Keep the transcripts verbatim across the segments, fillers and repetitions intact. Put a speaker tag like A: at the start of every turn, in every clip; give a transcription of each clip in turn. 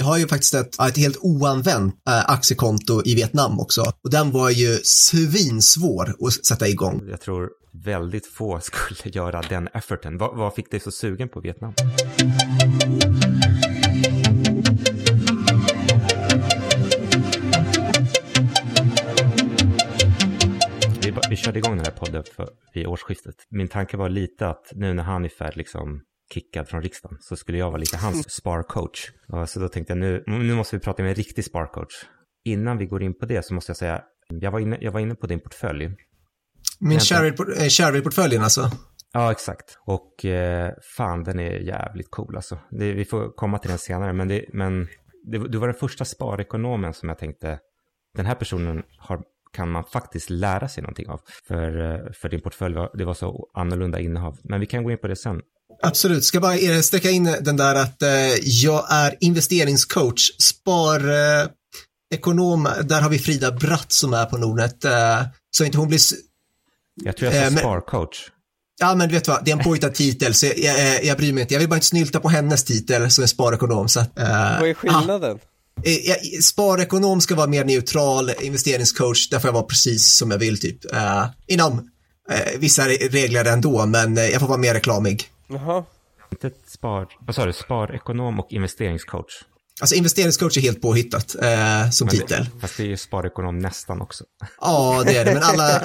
A: jag har ju faktiskt ett, ett helt oanvänt äh, aktiekonto i Vietnam också. Och den var ju svinsvår att sätta igång.
B: Jag tror väldigt få skulle göra den efforten. Vad, vad fick dig så sugen på Vietnam? Vi, vi körde igång den här podden för, vid årsskiftet. Min tanke var lite att nu när han är färdig liksom kickad från riksdagen så skulle jag vara lite hans sparcoach. Så då tänkte jag nu, nu måste vi prata med en riktig sparcoach. Innan vi går in på det så måste jag säga, jag var inne, jag var inne på din portfölj.
A: Min Cherry-portföljen alltså?
B: Ja, exakt. Och eh, fan, den är jävligt cool alltså. Det, vi får komma till den senare. Men, det, men det, du var den första sparekonomen som jag tänkte, den här personen har, kan man faktiskt lära sig någonting av. För, för din portfölj, var, det var så annorlunda innehav. Men vi kan gå in på det sen.
A: Absolut. Ska bara sträcka in den där att eh, jag är investeringscoach, sparekonom. Eh, där har vi Frida Bratt som är på Nordnet. Eh, så inte hon blir...
B: Jag tror jag sa eh, sparcoach.
A: Ja, men vet du vad, det är en påhittad titel så jag, jag, jag bryr mig inte. Jag vill bara inte snylta på hennes titel som är sparekonom. Så att, eh,
C: vad är skillnaden?
A: Ah, eh, sparekonom ska vara mer neutral, investeringscoach, där får jag vara precis som jag vill typ. Eh, inom eh, vissa regler ändå, men eh, jag får vara mer reklamig.
C: Jaha.
B: Inte spar, vad sa du? Sparekonom och investeringscoach.
A: Alltså investeringscoach är helt påhittat eh, som
B: men
A: titel.
B: Det, fast det är ju sparekonom nästan också.
A: Ja, det är det, men alla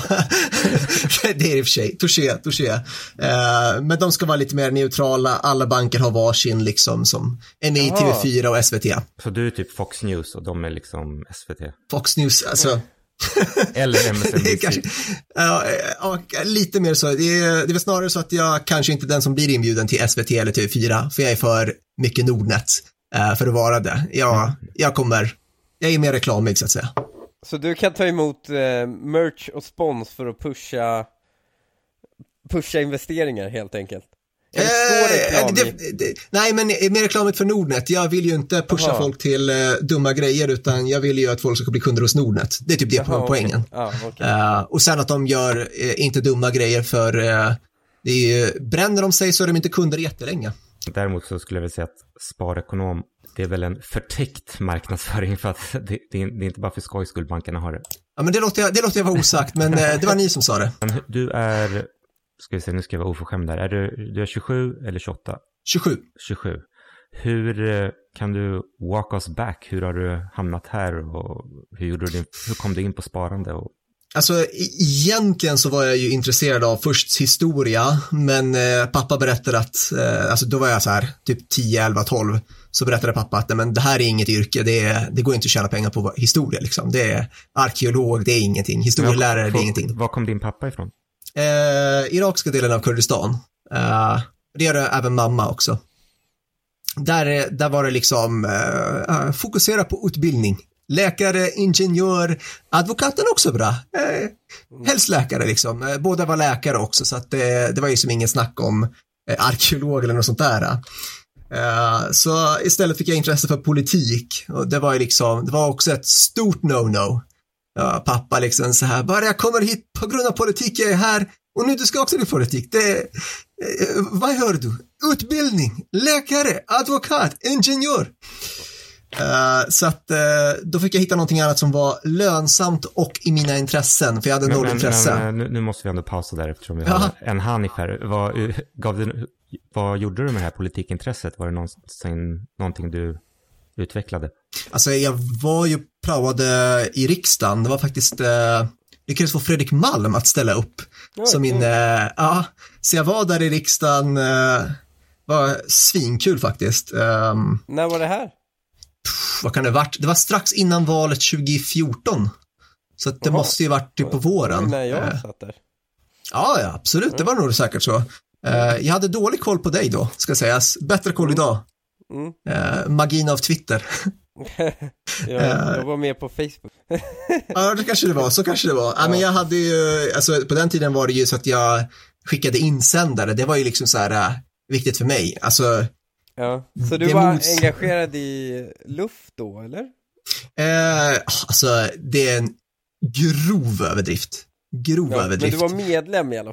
A: det är i och för sig, touché, touché. Eh, men de ska vara lite mer neutrala, alla banker har varsin liksom som är med i T V fyra och S V T.
B: Så du är typ Fox News och de är liksom S V T?
A: Fox News, alltså... Mm.
B: Eller M S N B C.
A: kanske, ja, ja, lite mer så. Det är, det är väl snarare så att jag kanske inte är den som blir inbjuden till S V T eller T V fyra, för jag är för mycket Nordnet uh, för att vara det. Jag, jag kommer, jag är mer reklamig så att säga.
C: Så du kan ta emot uh, merch och spons för att pusha pusha investeringar helt enkelt?
A: Eh, det, det, nej, men mer reklamigt för Nordnet. Jag vill ju inte pusha Aha. folk till uh, dumma grejer, utan jag vill ju att folk ska bli kunder hos Nordnet. Det är typ det Aha, på poängen. Okay. Ah, okay. uh, och sen att de gör uh, inte dumma grejer, för uh, det är ju, bränner de sig så är de inte kunder jättelänge.
B: Däremot så skulle jag vilja säga att sparekonom, det är väl en förtäckt marknadsföring, för att det, det är inte bara för skojs skull bankerna har det.
A: Ja, men det låter jag, det låter jag vara osagt, men uh, det var ni som sa det.
B: Du är... Ska vi se, nu ska jag vara oförskämd där. Är du, du är tjugosju eller tjugoåtta?
A: tjugosju.
B: tjugosju. Hur kan du walk us back? Hur har du hamnat här och hur, gjorde du, hur kom du in på sparande? Och...
A: Alltså egentligen så var jag ju intresserad av först historia, men eh, pappa berättade att, eh, alltså då var jag så här typ tio, elva, tolv, så berättade pappa att men det här är inget yrke, det, är, det går inte att tjäna pengar på historia liksom. Det är arkeolog, det är ingenting, historielärare, det är ingenting.
B: Var kom din pappa ifrån?
A: Eh, irakska delen av Kurdistan. Eh, det gör det även mamma också. Där, där var det liksom eh, fokusera på utbildning. Läkare, ingenjör, advokaten också bra. Eh, helst läkare liksom. Eh, båda var läkare också, så att eh, det var ju som ingen snack om eh, arkeolog eller något sånt där. Eh, så istället fick jag intresse för politik, och det var ju liksom, det var också ett stort no-no. Ja, pappa liksom så här, bara jag kommer hit på grund av politik, jag är här och nu du ska också bli politik. Det, eh, vad gör du? Utbildning, läkare, advokat, ingenjör. Uh, så att uh, då fick jag hitta någonting annat som var lönsamt och i mina intressen, för jag hade noll intresse.
B: Men, nu, nu måste vi ändå pausa där eftersom vi har en Hanif här. Vad, gav du, vad gjorde du med det här politikintresset? Var det någonting, någonting du utvecklade?
A: Alltså jag var ju praoade i riksdagen. Det var faktiskt eh, lyckades få Fredrik Malm att ställa upp ja, som min, eh, ja, så jag var där i riksdagen, eh, var svinkul faktiskt. Um,
C: När var det här?
A: Pff, vad kan det ha varit? Det var strax innan valet tjugo fjorton. Så att det Aha. måste ju varit typ på våren.
C: När jag satt där.
A: Ja, ja, absolut. Mm. Det var nog säkert så. Uh, jag hade dålig koll på dig då, ska sägas. Bättre koll mm. idag. Mm. Uh, magin av Twitter.
C: jag, jag var med på Facebook.
A: Ja, det kanske det var, så kanske det var. Ja. Ja, men jag hade ju, alltså på den tiden var det ju så att jag skickade insändare. Det var ju liksom så här uh, viktigt för mig. Alltså,
C: ja. Så du var mots- engagerad i luft då, eller?
A: Uh, alltså, det är en grov överdrift. Grov
C: ja,
A: överdrift.
C: Men du var medlem i alla fall.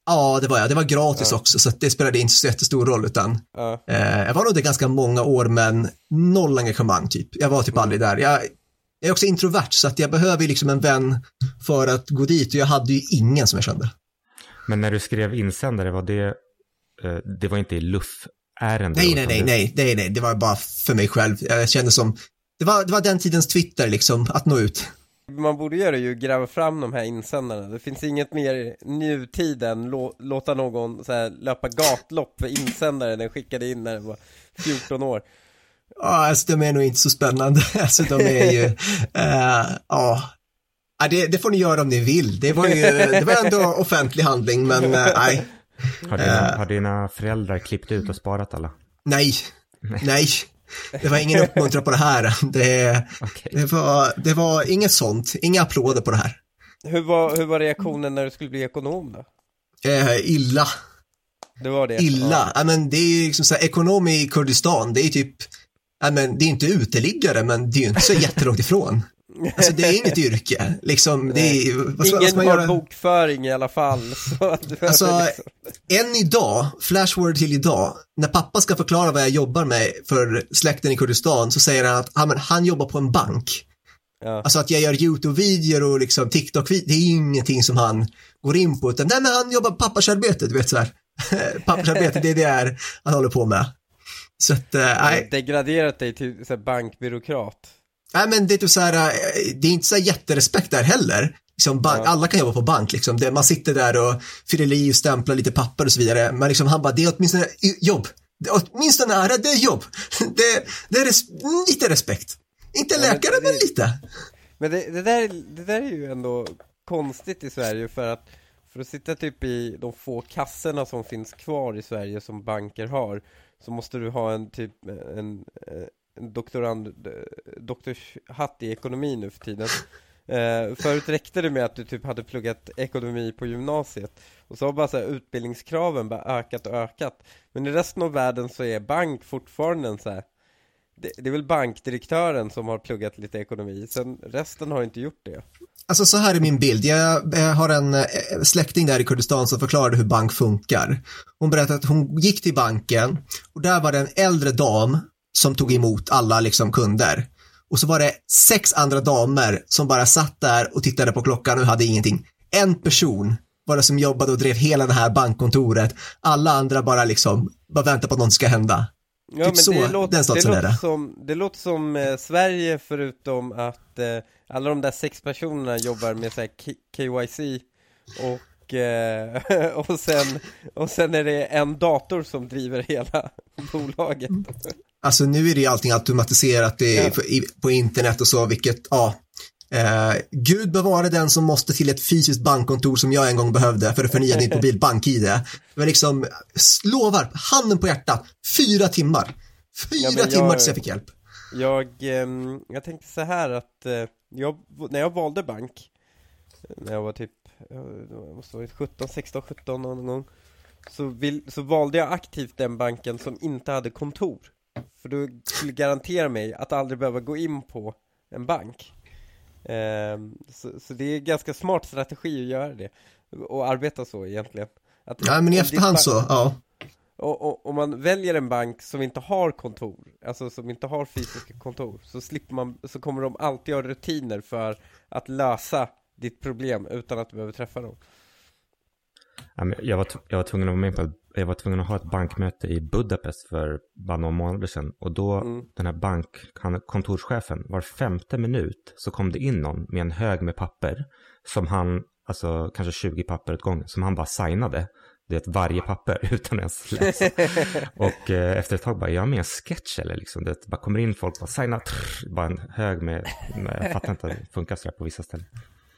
A: Ja, det var jag. Det var gratis ja. också, så att det spelade inte så jättestor roll, utan
C: ja.
A: eh, jag var nog där ganska många år, men noll engagemang typ. Jag var typ mm. aldrig där. Jag, jag är också introvert, så att jag behöver liksom en vän för att gå dit, och jag hade ju ingen som jag kände.
B: Men när du skrev insändare, var det eh, det var inte i luff-ärende?
A: Nej, nej, nej, nej, nej, nej, det var bara för mig själv. Jag kände som, det var, det var den tidens Twitter liksom, att nå ut.
C: Man borde göra ju gräva fram de här insändarna. Det finns inget mer nutid än lå- låta någon så här, löpa gatlopp för insändare den skickade in när det var fjorton år.
A: Ja, alltså de är nog inte så spännande. Alltså de är ju, uh, ja, det, det får ni göra om ni vill. Det var ju, det var ändå offentlig handling, men uh, nej.
B: Har dina, uh, har dina föräldrar klippt ut och sparat alla?
A: Nej, nej. nej. Det var ingen uppmuntran på det här. Det, okay. det, var, det var inget sånt. Inga applåder på det här.
C: Hur var, hur var reaktionen när du skulle bli ekonom då?
A: Eh, illa.
C: Det var det?
A: Illa. Ja. Ja, men det är ju liksom så här, ekonom i Kurdistan. Det är typ, ja, men det är inte uteliggare, men det är ju inte så jättelångt ifrån. Alltså det är inget yrke. Liksom, det är, vad,
C: ingen
A: vad man
C: har
A: göra?
C: Bokföring i alla fall. Så
A: alltså,
C: liksom...
A: än idag, flashword till idag, när pappa ska förklara vad jag jobbar med för släkten i Kurdistan, så säger han att han, han jobbar på en bank. Ja. Alltså att jag gör YouTube-videor och liksom TikTok-videor, det är ingenting som han går in på, utan nej, men han jobbar på pappersarbete, du vet så här. Pappersarbete, det är det är han håller på med. Så att, äh, nej.
C: Degraderat dig till så här, bankbyråkrat.
A: Nej, men det är typ så här, det är inte så här jätterespekt där heller. Liksom bank, ja. Alla kan jobba på bank liksom. Det, man sitter där och fyller i och stämplar lite papper och så vidare. Men liksom han bara, det är åtminstone jobb. Det är åtminstone nära, det är jobb. Det, det är res, lite respekt. Inte ja, läkare, men, det, men lite.
C: Men det, det, där, det där är ju ändå konstigt i Sverige, för att för att sitta typ i de få kassorna som finns kvar i Sverige som banker har, så måste du ha en typ en en doktorand, doktorshatt i ekonomi nu för tiden. Eh, förut räckte det med att du typ hade pluggat ekonomi på gymnasiet. Och så har bara så här, utbildningskraven bara ökat och ökat. Men i resten av världen så är bank fortfarande så här. Det, det är väl bankdirektören som har pluggat lite ekonomi. Sen resten har inte gjort det.
A: Alltså så här är min bild. Jag, jag har en släkting där i Kurdistan som förklarade hur bank funkar. Hon berättade att hon gick till banken och där var det en äldre dam som tog emot alla liksom kunder. Och så var det sex andra damer som bara satt där och tittade på klockan och hade ingenting. En person var det som jobbade och drev hela det här bankkontoret. Alla andra bara liksom bara väntade på att något ska hända.
C: Ja,
A: typ
C: men
A: så,
C: det låter,
A: den
C: det låter
A: är det.
C: som, det låter som eh, Sverige, förutom att eh, alla de där sex personerna jobbar med så här, K- KYC och, eh, och, sen, och sen är det en dator som driver hela bolaget.
A: Alltså nu är det ju allting automatiserat det, ja. på, i, på internet och så, vilket, ja, eh, Gud bevare den som måste till ett fysiskt bankkontor som jag en gång behövde för att förnya ditt mobil bank-id. Men liksom, lovar, handen på hjärtat, fyra timmar. Fyra ja, jag, timmar tills jag fick hjälp.
C: Jag, eh, jag tänkte så här att eh, jag, när jag valde bank, när jag var typ jag måste vara sjutton, sexton, sjutton någon gång, så, vill, så valde jag aktivt den banken som inte hade kontor. För du skulle garantera mig att aldrig behöva gå in på en bank. Um, så, så det är ganska smart strategi att göra det. Och arbeta så egentligen. Att,
A: ja, men i efterhand bank, så, ja.
C: Och, och, om man väljer en bank som inte har kontor, alltså som inte har fysiska kontor, så slipper man, så kommer de alltid ha rutiner för att lösa ditt problem utan att du behöver träffa dem.
B: Jag var, jag var tvungen att vara med på jag var tvungen att ha ett bankmöte i Budapest för bara några månader sedan. Och då, mm. den här bankkontorschefen, var femte minut så kom det in någon med en hög med papper som han, alltså kanske tjugo papper ett gång, som han bara signade. Det är ett varje papper utan ens läsa. Och eh, efter ett tag bara, jag är med en sketch eller liksom. Det bara kommer in folk, bara signa, trrr, bara en hög med, med jag fattar inte att det funkar så där på vissa ställen.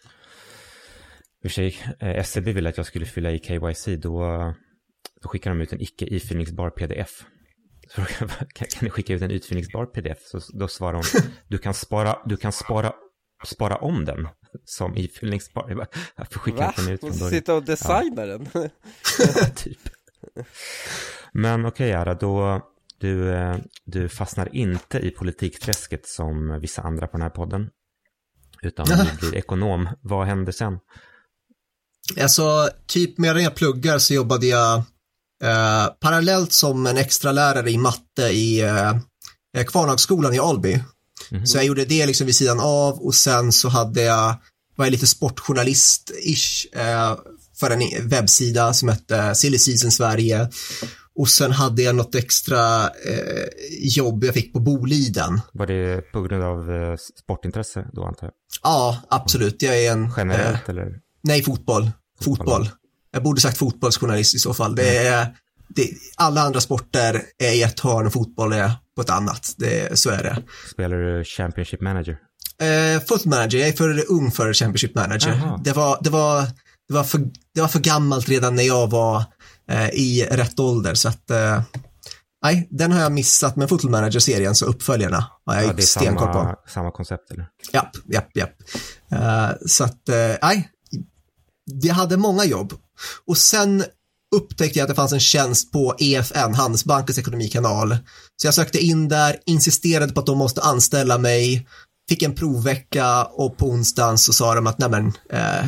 B: I och för sig, eh, S C B ville att jag skulle fylla i K Y C, då, då skickar de ut en icke ifyllningsbar P D F. Så kan, kan ni skicka ut en utfyllningsbar P D F? Så då svarar de, du kan spara, du kan spara, spara om den som ifyllningsbar. Jag, bara, jag får skicka den ut från början.
C: Sitta och designa ja. den?
B: Typ. Men okej, okay, Ara, då du, du fastnar inte i politikträsket som vissa andra på den här podden. Utan du blir ekonom. Vad händer sen?
A: Alltså, typ medan jag pluggar så jobbade jag eh, parallellt som en extra lärare i matte i eh, Kvarnhagsskolan i Alby. Mm-hmm. Så jag gjorde det liksom vid sidan av och sen så hade jag, var jag lite sportjournalist-ish eh, för en webbsida som hette Silly Season Sverige. Och sen hade jag något extra eh, jobb jag fick på Boliden.
B: Var det på grund av eh, sportintresse då antar jag?
A: Ja, absolut. Jag är en...
B: Generellt
A: eh,
B: eller?
A: Nej, fotboll. Fotboll. fotboll. Jag borde sagt fotbollsjournalist i så fall. Det är, det, alla andra sporter är i ett hörn och fotboll är på ett annat. Det, så är det.
B: Spelar du Championship Manager?
A: Eh, foot Manager. Jag är för ung för Championship Manager. Det var, det, var, det, var för, det var för gammalt redan när jag var eh, i rätt ålder. Så att... Eh, nej, den har jag missat. Men Football Manager-serien så uppföljarna har jag
B: ja, det är
A: stenkoll på.
B: Samma, samma koncept eller?
A: Japp, japp, japp. Uh, så att, uh, nej. Det hade många jobb. Och sen upptäckte jag att det fanns en tjänst på E F N, Handelsbankens ekonomikanal. Så jag sökte in där, insisterade på att de måste anställa mig. Fick en provvecka och på onsdagen så sa de att nej men, uh,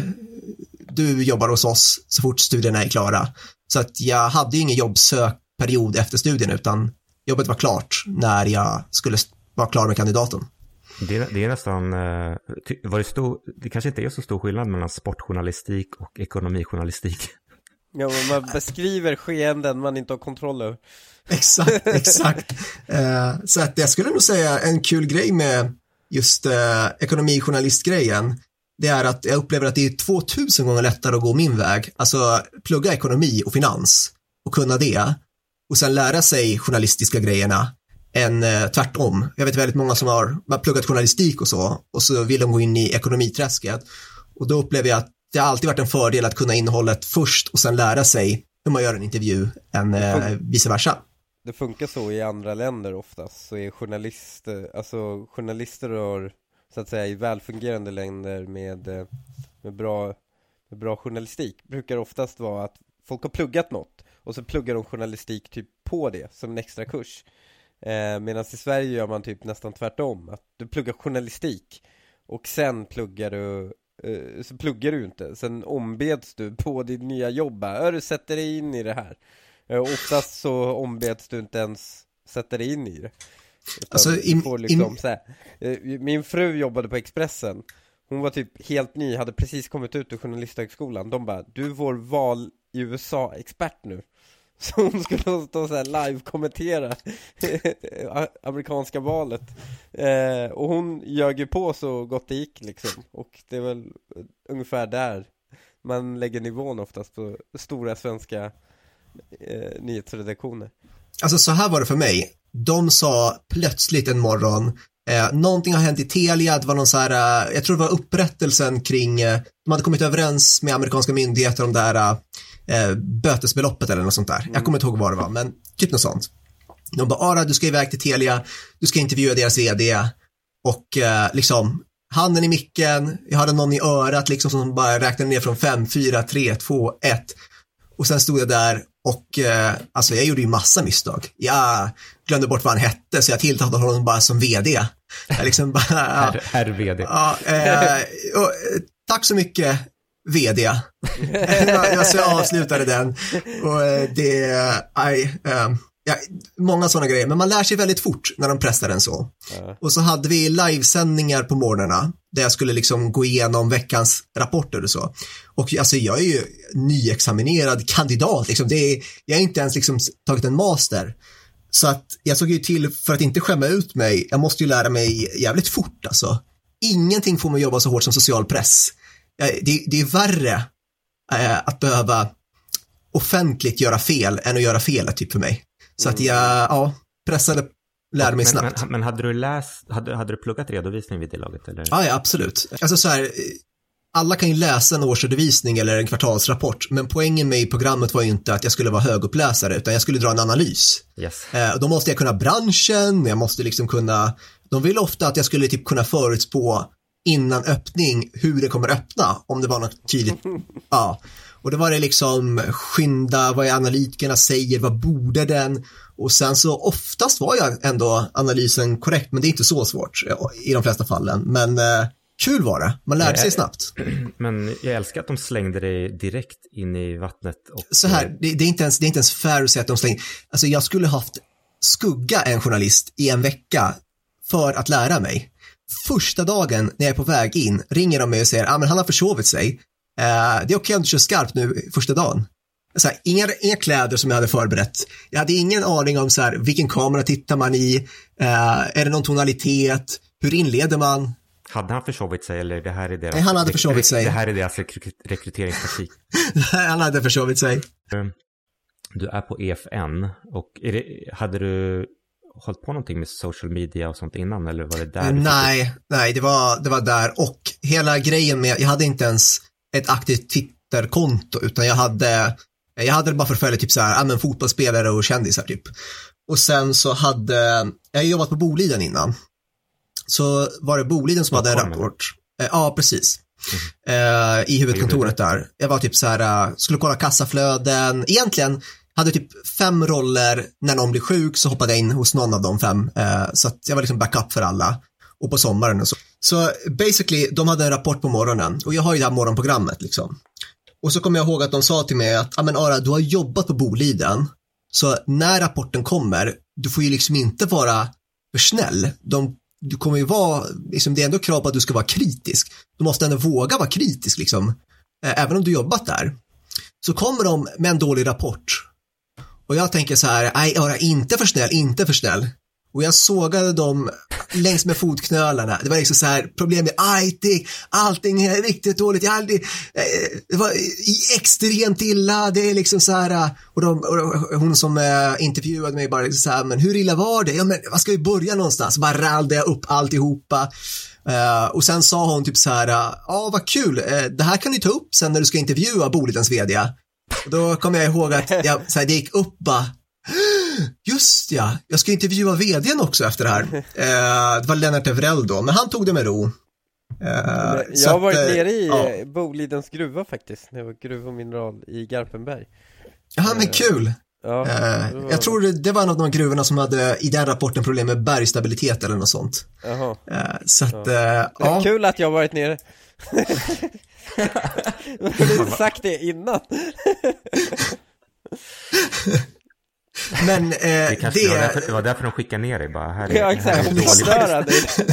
A: du jobbar hos oss så fort studierna är klara. Så att jag hade ju ingen jobbsökperiod efter studien utan jobbet var klart när jag skulle vara klar med kandidaten.
B: Det är, det är nästan, var det, stor, det kanske inte är så stor skillnad mellan sportjournalistik och ekonomijournalistik.
C: Ja, men man beskriver skeenden man inte har kontroll över.
A: Exakt, exakt. uh, så att jag skulle nog säga en kul grej med just uh, ekonomijournalistgrejen, det är att jag upplever att det är tvåtusen gånger lättare att gå min väg. Alltså plugga ekonomi och finans och kunna det och sen lära sig journalistiska grejerna än eh, tvärtom. Jag vet väldigt många som har, har pluggat journalistik och så och så vill de gå in i ekonomiträsket och då upplever jag att det har alltid varit en fördel att kunna innehållet först och sen lära sig hur man gör en intervju än eh, vice versa.
C: Det funkar så i andra länder oftast, så är journalister, alltså journalister har så att säga i välfungerande länder med, med, bra, med bra journalistik brukar oftast vara att folk har pluggat något och så pluggar de journalistik typ på det som en extra kurs. Eh, medan i Sverige gör man typ nästan tvärtom, att du pluggar journalistik och sen pluggar du eh, så pluggar du inte, sen ombeds du på ditt nya jobb, ja, du sätter dig in i det här. eh, oftast så ombeds du inte ens sätta dig in i det.
A: Alltså, in,
C: får liksom,
A: in...
C: så här, eh, min fru jobbade på Expressen. Hon var typ helt ny, hade precis kommit ut ur journalisthögskolan. De bara, du är vår val i U S A-expert nu. Så hon skulle stå så här live-kommentera amerikanska valet. Eh, och hon ljög ju på så gott det gick liksom. Och det är väl ungefär där man lägger nivån oftast på stora svenska eh, nyhetsredaktioner.
A: Alltså så här var det för mig. De sa plötsligt en morgon eh, någonting har hänt i Telia. Det var någon så här, eh, jag tror det var upprättelsen kring eh, de hade kommit överens med amerikanska myndigheter om det här eh, bötesbeloppet eller något sånt där. Mm. Jag kommer inte ihåg vad det var, men typ något sånt. De bara, Ara, du ska iväg till Telia, du ska intervjua deras vd och eh, liksom handen i micken, jag hade någon i örat liksom som bara räknade ner från fem, fyra, tre, två, ett och sen stod jag där och eh, alltså jag gjorde ju massa misstag. Jag glömde bort vad han hette så jag tilltalade honom bara som vd. Jag liksom bara,
B: herr, herr vd.
A: Ja, eh, och, tack så mycket vd. Så jag avslutade den och det aj, eh, ja, många sådana grejer, men man lär sig väldigt fort när de pressar den så. Mm. Och så hade vi livesändningar på morgnarna där jag skulle liksom gå igenom veckans rapporter och så. Och alltså jag är ju nyexaminerad kandidat liksom. Det är, jag har inte ens liksom tagit en master. Så att jag såg ju till, för att inte skämma ut mig, jag måste ju lära mig jävligt fort alltså. Ingenting får mig jobba så hårt som social press. Det, det är värre äh, att behöva offentligt göra fel än att göra fel typ för mig. Så att jag ja, pressade, lärde mig
B: men,
A: snabbt.
B: Men, men hade du läst, hade, hade du pluggat redovisning vid det laget? Eller?
A: Ja, ja, absolut. Alltså så här, alla kan ju läsa en årsredovisning eller en kvartalsrapport, men poängen med i programmet var ju inte att jag skulle vara höguppläsare, utan jag skulle dra en analys.
B: Yes.
A: Eh, då måste jag kunna branschen, jag måste liksom kunna, de vill ofta att jag skulle typ kunna förutspå innan öppning hur det kommer öppna, om det var något tydligt. Ja. Och då var det liksom skynda, vad är analytikerna säger, vad borde den? Och sen så oftast var jag ändå analysen korrekt, men det är inte så svårt i de flesta fallen. Men eh, kul var det. Man lärde sig snabbt.
B: Men jag älskar att de slängde dig direkt in i vattnet. Och...
A: Så här, det, det, är inte ens, det är inte ens fair att säga att de slängde. Alltså jag skulle haft skugga en journalist i en vecka för att lära mig. Första dagen när jag är på väg in ringer de mig och säger, ja ah, men han har försovit sig. Uh, det är okej om du kör skarpt nu första dagen. Så här, inga, inga kläder som jag hade förberett. Jag hade ingen aning om så här, vilken kamera tittar man i. Uh, är det någon tonalitet? Hur inleder man?
B: Hade han försovit sig eller det här är deras...
A: Nej, han hade försovit sig.
B: Det här är deras rekry- rekryteringstaktik.
A: Han hade försovit sig.
B: Du är på E F N och är det, hade du hållit på någonting med social media och sånt innan eller var det där?
A: Uh, nej, nej det, var, det var där och hela grejen med, jag hade inte ens ett aktivt Twitter-konto utan jag hade, jag hade det bara för att följa typ så här, ja men fotbollsspelare och kändisar typ. Och sen så hade, jag jobbat på Boliden innan. Så var det Boliden som hade en rapport. Eh, ja, precis. Mm. Eh, I huvudkontoret där. Jag var typ så här, uh, skulle kolla kassaflöden. Egentligen hade typ fem roller. När någon blir sjuk så hoppade jag in hos någon av de fem. Eh, så att jag var liksom backup för alla. Och på sommaren och så. Så basically, de hade en rapport på morgonen. Och jag har ju det här morgonprogrammet liksom. Och så kommer jag ihåg att de sa till mig att, ja men Ara, du har jobbat på Boliden. Så när rapporten kommer, du får ju liksom inte vara för snäll. De Du kommer ju vara, liksom, det är ändå krav på att du ska vara kritisk. Du måste ändå våga vara kritisk liksom. Eh, även om du jobbat där. Så kommer de med en dålig rapport. Och jag tänker så här, nej, jag är inte för snäll, inte för snäll. Och jag sågade dem längs med fotknölarna. Det var liksom så här, problem med allting, allting är riktigt dåligt. Jag aldrig, eh, det var extremt illa, det är liksom så här, och, de, och hon som eh, intervjuade mig bara liksom så här, men hur illa var det? Ja, men vad ska vi börja någonstans? Bara rallde jag upp alltihopa. Uh, och sen sa hon typ så här, ja uh, vad kul, uh, det här kan du ta upp sen när du ska intervjua Bolidens vd. Och då kommer jag ihåg att jag, så här, det gick upp bara, just ja, jag ska intervjua vdn också efter det här. Uh, det var Lennart Evrell då, men han tog det med ro. Uh,
C: jag har varit
A: att,
C: nere i
A: uh,
C: Bolidens gruva faktiskt, när jag var gruv och mineral i Garpenberg.
A: Ja, men kul.
C: Ja,
A: uh, var... Jag tror det, det var en av de gruvorna som hade i den rapporten problem med bergstabilitet eller något sånt.
C: Jaha.
A: Uh, så att,
C: ja.
A: uh, ja.
C: Kul att jag har varit nere. Du har inte sagt det innan.
A: Men eh,
B: det, kanske,
A: det...
B: det, var därför, det var därför de skickade ner dig bara. Här är,
C: ja, exakt.
B: här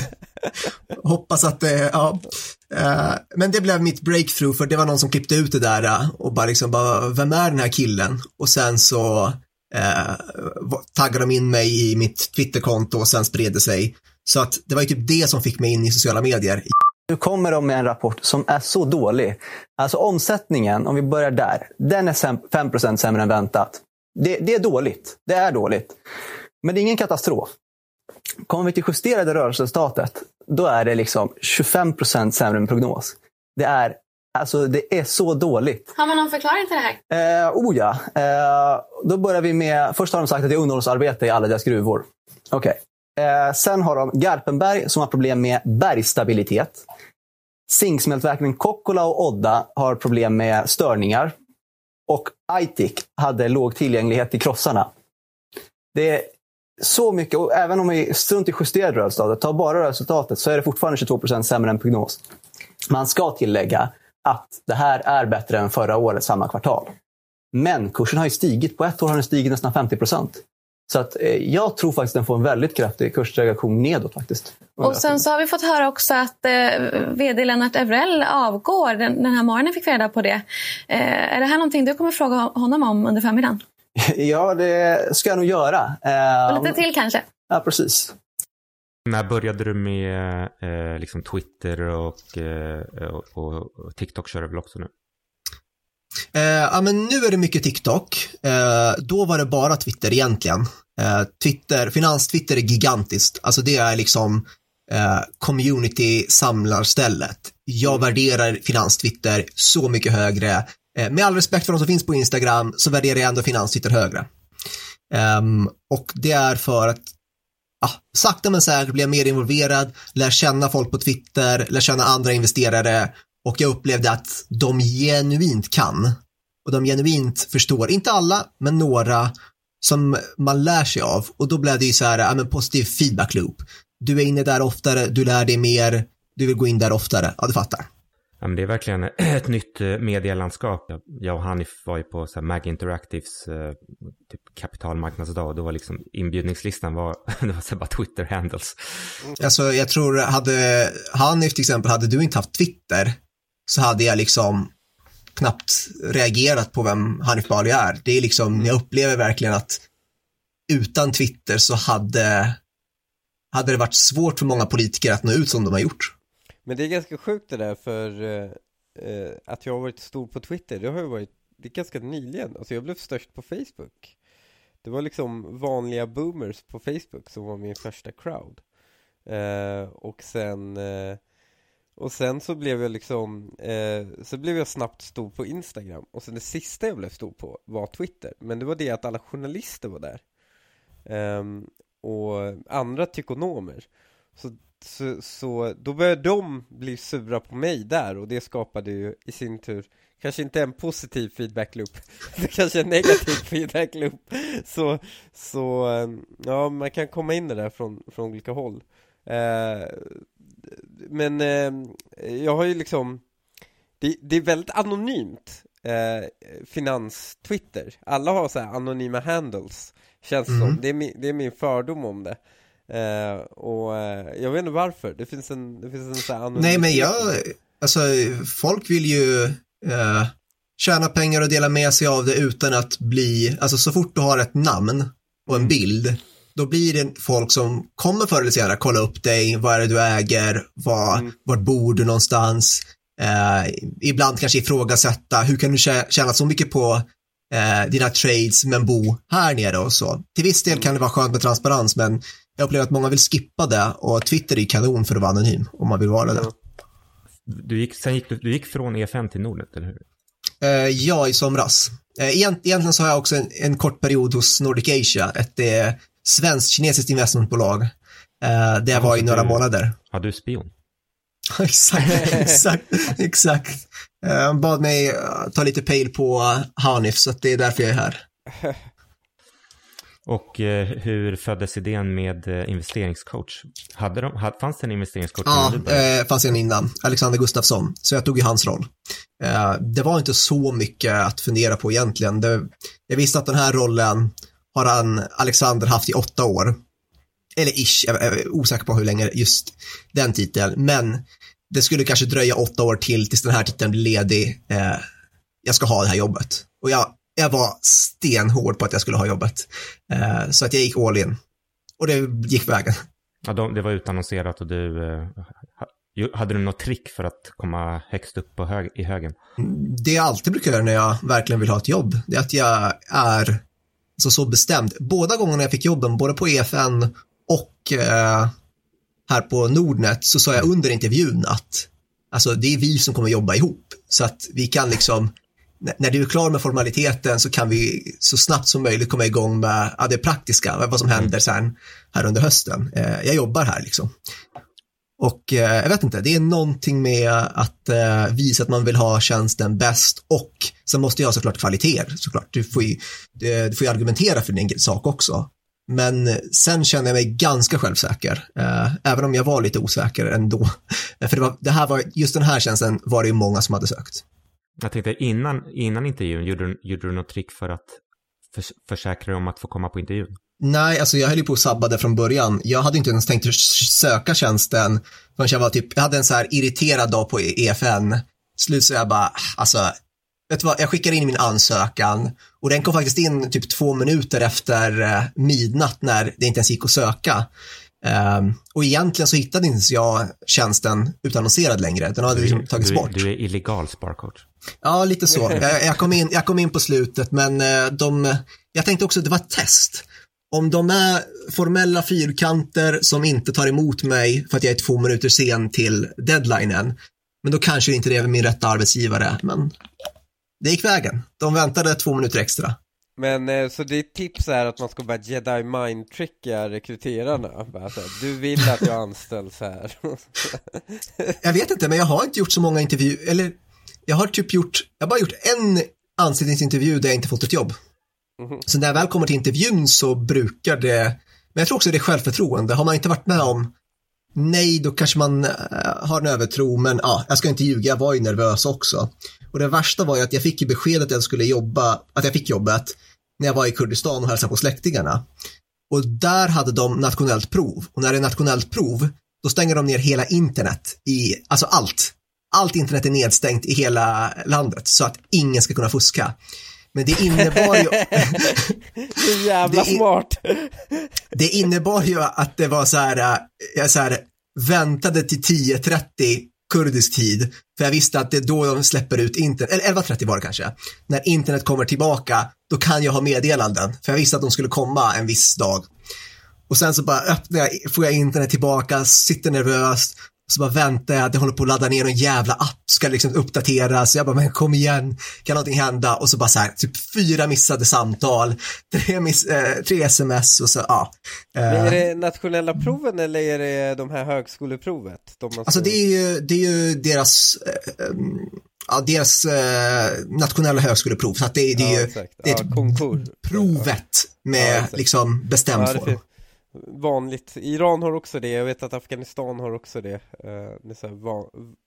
A: Hoppas att det, ja. Uh, men det blev mitt breakthrough, för det var någon som klippte ut det där uh, och bara liksom bara, vem är den här killen? Och sen så uh, taggade de in mig i mitt Twitterkonto och sen spred det sig. Så att det var ju typ det som fick mig in i sociala medier.
D: Nu kommer de med en rapport som är så dålig. Alltså omsättningen, om vi börjar där, den är fem procent sämre än väntat. Det, det är dåligt, det är dåligt. Men det är ingen katastrof. Kommer vi till justerade rörelseresultatet, då är det liksom tjugofem procent sämre än prognos. Det är, alltså det är så dåligt.
E: Har man någon förklaring till det här?
D: Eh, oh ja, eh, då börjar vi med, först har de sagt att det är underhållsarbete i alla deras gruvor. Okej. Okay. Eh, sen har de Garpenberg som har problem med bergstabilitet. Zinksmältverken Kokkola och Odda har problem med störningar. Och Aitik hade låg tillgänglighet till krossarna. Det är så mycket, och även om vi strunt i justerade rörelseresultatet, tar bara resultatet, så är det fortfarande tjugotvå procent sämre än prognos. Man ska tillägga att det här är bättre än förra året samma kvartal. Men kursen har ju stigit, på ett år har den stigit nästan femtio procent. Så att, eh, jag tror faktiskt att den får en väldigt kraftig kursreaktion nedåt faktiskt.
E: Och sen så har vi fått höra också att eh, vd Lennart Evrell avgår. Den, den här morgonen fick vi reda på det. Eh, är det här någonting du kommer fråga honom om under förmiddagen?
D: Ja, det ska jag nog göra. Eh,
E: och lite till kanske?
D: Ja, precis.
B: När började du med eh, liksom Twitter och, eh, och, och TikTok kör du väl också nu?
A: Eh, ja, men nu är det mycket TikTok. Eh, då var det bara Twitter egentligen. Eh, Twitter, finans-Twitter är gigantiskt. Alltså det är liksom eh, community-samlarstället. Jag värderar finans-Twitter så mycket högre. Eh, med all respekt för de som finns på Instagram så värderar jag ändå finans-Twitter högre. Eh, och det är för att ah, sakta men säkert blir jag mer involverad, lär känna folk på Twitter, lär känna andra investerare. Och jag upplevde att de genuint kan. Och de genuint förstår, inte alla, men några som man lär sig av. Och då blev det ju så här, ja, men positiv feedback loop. Du är inne där oftare, du lär dig mer. du vill gå in där oftare. Ja, du fattar.
B: Ja, men det är verkligen ett nytt medielandskap. Jag och Hanif var ju på så här, Mag Interactives eh, typ kapitalmarknadsdag och då var liksom inbjudningslistan var, det var så bara Twitter-handles.
A: Alltså jag tror, hade Hanif till exempel, hade du inte haft Twitter så hade jag liksom knappt reagerat på vem Hanif Bali är. Det är liksom, jag upplever verkligen att utan Twitter så hade, hade det varit svårt för många politiker att nå ut som de har gjort.
C: Men det är ganska sjukt det där för eh, att jag har varit stor på Twitter. Det har ju varit, det är ganska nyligen. Alltså jag blev störst på Facebook. Det var liksom vanliga boomers på Facebook som var min första crowd. Eh, och sen eh, och sen så blev jag liksom eh, så blev jag snabbt stor på Instagram. Och sen det sista jag blev stor på var Twitter. Men det var det att alla journalister var där. Eh, och andra tykonomer. Så Så, så då började de bli sura på mig där och det skapade ju i sin tur kanske inte en positiv feedback loop, det kanske en negativ feedback loop. Så, så ja, man kan komma in där från, från olika håll. Eh, men eh, jag har ju liksom det, det är väldigt anonymt eh, finans-Twitter. Alla har så här anonyma handles, känns mm. som. Det är, min, det är min fördom om det. Uh, och uh, jag vet inte varför. Det finns en, det finns en så här anonym...
A: Nej, men jag, alltså folk vill ju uh, tjäna pengar och dela med sig av det utan att bli, alltså så fort du har ett namn och en mm. bild, då blir det folk som kommer förr eller senare kolla upp dig, vad är det du äger, var, mm. vart bor du någonstans, uh, ibland kanske ifrågasätta, hur kan du tjäna så mycket på uh, dina trades men bo här nere och så. Till viss del mm. kan det vara skönt med transparens, men jag upplever att många vill skippa det och Twitter är kanon för att vara anonym om man vill vara det.
B: Du gick, sen gick du, du gick från E F N till Nordnet, eller hur?
A: Uh, ja, i somras. Uh, egent, egentligen så har jag också en, en kort period hos Nordic Asia, ett uh, svenskt-kinesiskt investmentbolag. Uh, det var i några
B: du,
A: månader.
B: Har du spion?
A: exakt, exakt, exakt. Han uh, bad mig uh, ta lite pejl på Hanif, så att det är därför jag är här.
B: Och eh, hur föddes idén med eh, investeringscoach? Hade de, hade, fanns det en investeringscoach?
A: Ja, eh, fanns en innan. Alexander Gustafsson. Så jag tog ju hans roll. Eh, det var inte så mycket att fundera på egentligen. Det, jag visste att den här rollen har han, Alexander haft i åtta år. Eller ish, jag är osäker på hur länge just den titeln. Men det skulle kanske dröja åtta år till tills den här titeln blir ledig. Eh, jag ska ha det här jobbet. Och jag Jag var stenhård på att jag skulle ha jobbet. Uh, så att jag gick all in. Och det gick vägen.
B: Ja, de, det var utannonserat och du... Uh, hade du något trick för att komma högst upp på hög, i högen?
A: Det jag alltid brukar göra när jag verkligen vill ha ett jobb, det är att jag är så, så bestämd. Båda gångerna jag fick jobben, både på E F N och uh, här på Nordnet, så sa jag under intervjun att alltså, det är vi som kommer jobba ihop. Så att vi kan liksom... När du är klar med formaliteten så kan vi så snabbt som möjligt komma igång med ja, det praktiska, vad som händer sen här under hösten. Eh, jag jobbar här liksom. Och eh, jag vet inte, det är någonting med att eh, visa att man vill ha tjänsten bäst, och sen måste jag ha såklart kvaliteter, såklart. Du får ju, du får ju argumentera för din sak också. Men sen känner jag mig ganska självsäker, eh, även om jag var lite osäker ändå. För det, var, det här var, just den här tjänsten var det ju många som hade sökt.
B: Jag tänkte, innan, innan intervjun, gjorde du, gjorde du något trick för att för, försäkra dig om att få komma på intervjun?
A: Nej, alltså jag höll ju på att sabba det från början. Jag hade inte ens tänkt söka tjänsten förrän jag var typ, jag hade en så här irriterad dag på E F N. Slut så jag bara, alltså, vet du vad, jag skickade in min ansökan och den kom faktiskt in typ två minuter efter midnatt när det inte ens gick att söka. Um, och egentligen så hittade inte jag tjänsten utannonserad längre. Den hade liksom tagits
B: du,
A: bort.
B: Du är illegal sparcoach.
A: Ja, lite så. Jag, jag, kom in, jag kom in på slutet, men de, jag tänkte också att det var ett test. Om de är formella fyrkanter som inte tar emot mig för att jag är två minuter sen till deadlinen, men då kanske inte det är min rätta arbetsgivare. Men det gick vägen. De väntade två minuter extra.
C: Men så ditt tips är att man ska bara jedi mind-tricka rekryterarna. Bara så här, du vill att jag anställs här.
A: Jag vet inte, men jag har inte gjort så många intervjuer. Eller jag har typ gjort, jag har bara gjort en anställningsintervju där jag inte fått ett jobb. Mm-hmm. Så när jag väl kommer till intervjun så brukar det, men jag tror också det är självförtroende. Har man inte varit med om nej, då kanske man äh, har en övertro, men ja, jag ska inte ljuga, jag var ju nervös också. Och det värsta var ju att jag fick ju beskedet att jag skulle jobba, att jag fick jobbet när jag var i Kurdistan och hälsade på släktingarna. Och där hade de nationellt prov. Och när det är nationellt prov, då stänger de ner hela internet i, alltså allt. Allt internet är nedstängt i hela landet så att ingen ska kunna fuska. Men det innebar ju...
C: Det är jävla
A: det in...
C: smart.
A: Det innebar ju att det var så här, jag så här, väntade till tio trettio kurdisk tid, för jag visste att det är då de släpper ut internet, eller elva trettio var det kanske. När internet kommer tillbaka, då kan jag ha meddelanden, för jag visste att de skulle komma en viss dag. Och sen så bara öppnar jag, får jag internet tillbaka, sitter nervöst, så bara väntar jag att det håller på att ladda ner någon jävla app, ska liksom uppdateras. Jag bara, men kom igen, kan någonting hända? Och så bara så här, typ fyra missade samtal, tre, miss, eh, tre sms och så, ja.
C: Men är det nationella proven eller är det de här högskoleprovet? De måste...
A: Alltså det är ju, det är ju deras, eh, ja, deras eh, nationella högskoleprov, så att det, det är ju
C: ja,
A: det är
C: ja, konkurs.
A: provet med
C: ja,
A: liksom bestämd
C: ja,
A: form.
C: Vanligt. Iran har också det. Jag vet att Afghanistan har också det. Uh, det är så här van...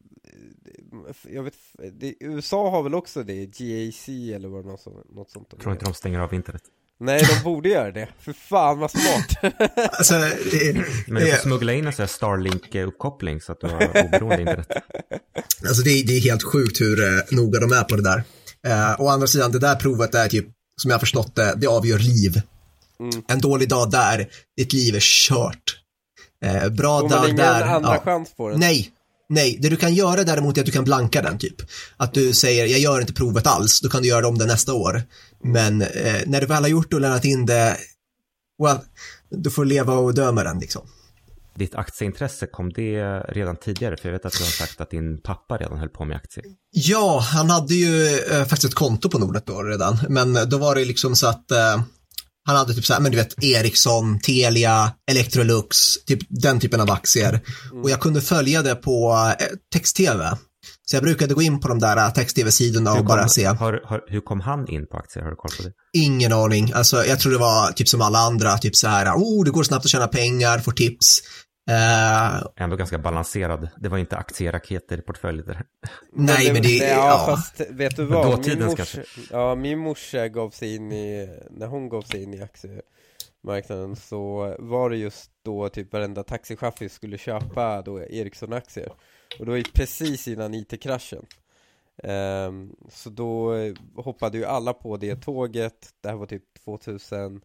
C: Jag vet, det, U S A har väl också det. G A C eller vad det något, något sånt.
B: Jag tror inte de stänger av internet.
C: Nej, de borde göra det. För fan vad smart.
A: Alltså, det,
B: men du får smuggla in en sån här Starlink-uppkoppling så att du har oberoende internet.
A: Alltså det, det är helt sjukt hur eh, noga de är på det där. Eh, å andra sidan, det där provet är typ, som jag har förstått det, det avgör liv. Mm. En dålig dag där, ditt liv är kört. Eh, bra dag där.
C: Får man ingen andra
A: ja.
C: chans på det?
A: Nej, nej. Det du kan göra däremot är att du kan blanka den typ. Att du säger, jag gör inte provet alls, då kan du göra det om det nästa år. Men eh, när du väl har gjort det och lämnat in det, well, du får leva och dö med den liksom.
B: Ditt aktieintresse, kom det redan tidigare? För jag vet att du har sagt att din pappa redan höll på med aktier.
A: Ja, han hade ju eh, faktiskt ett konto på Nordnet då redan. Men då var det liksom så att eh, han hade typ så här, men du vet, Ericsson, Telia, Electrolux, typ den typen av aktier. Mm. Och jag kunde följa det på eh, text-tv. Så jag brukade gå in på de där text-tv-sidorna och
B: kom,
A: bara se.
B: Har, har, hur kom han in på aktier? Har du koll på det?
A: Ingen aning. Alltså, jag tror det var typ som alla andra. Typ så här, oh, det går snabbt att tjäna pengar, får tips. Uh,
B: Ändå ganska balanserad. Det var inte aktieraketer i portföljen där.
A: Nej, men det... men det
C: ja,
A: ja,
C: fast vet du vad?
B: Min
C: mors, ja, min morsa gav sig in i... När hon gav sig in i aktiemarknaden så var det just då typ varenda taxichaffis skulle köpa då Ericsson-aktier. Och det var ju precis innan I T-kraschen. Um, så då hoppade ju alla på det tåget. Det här var typ tvåtusenett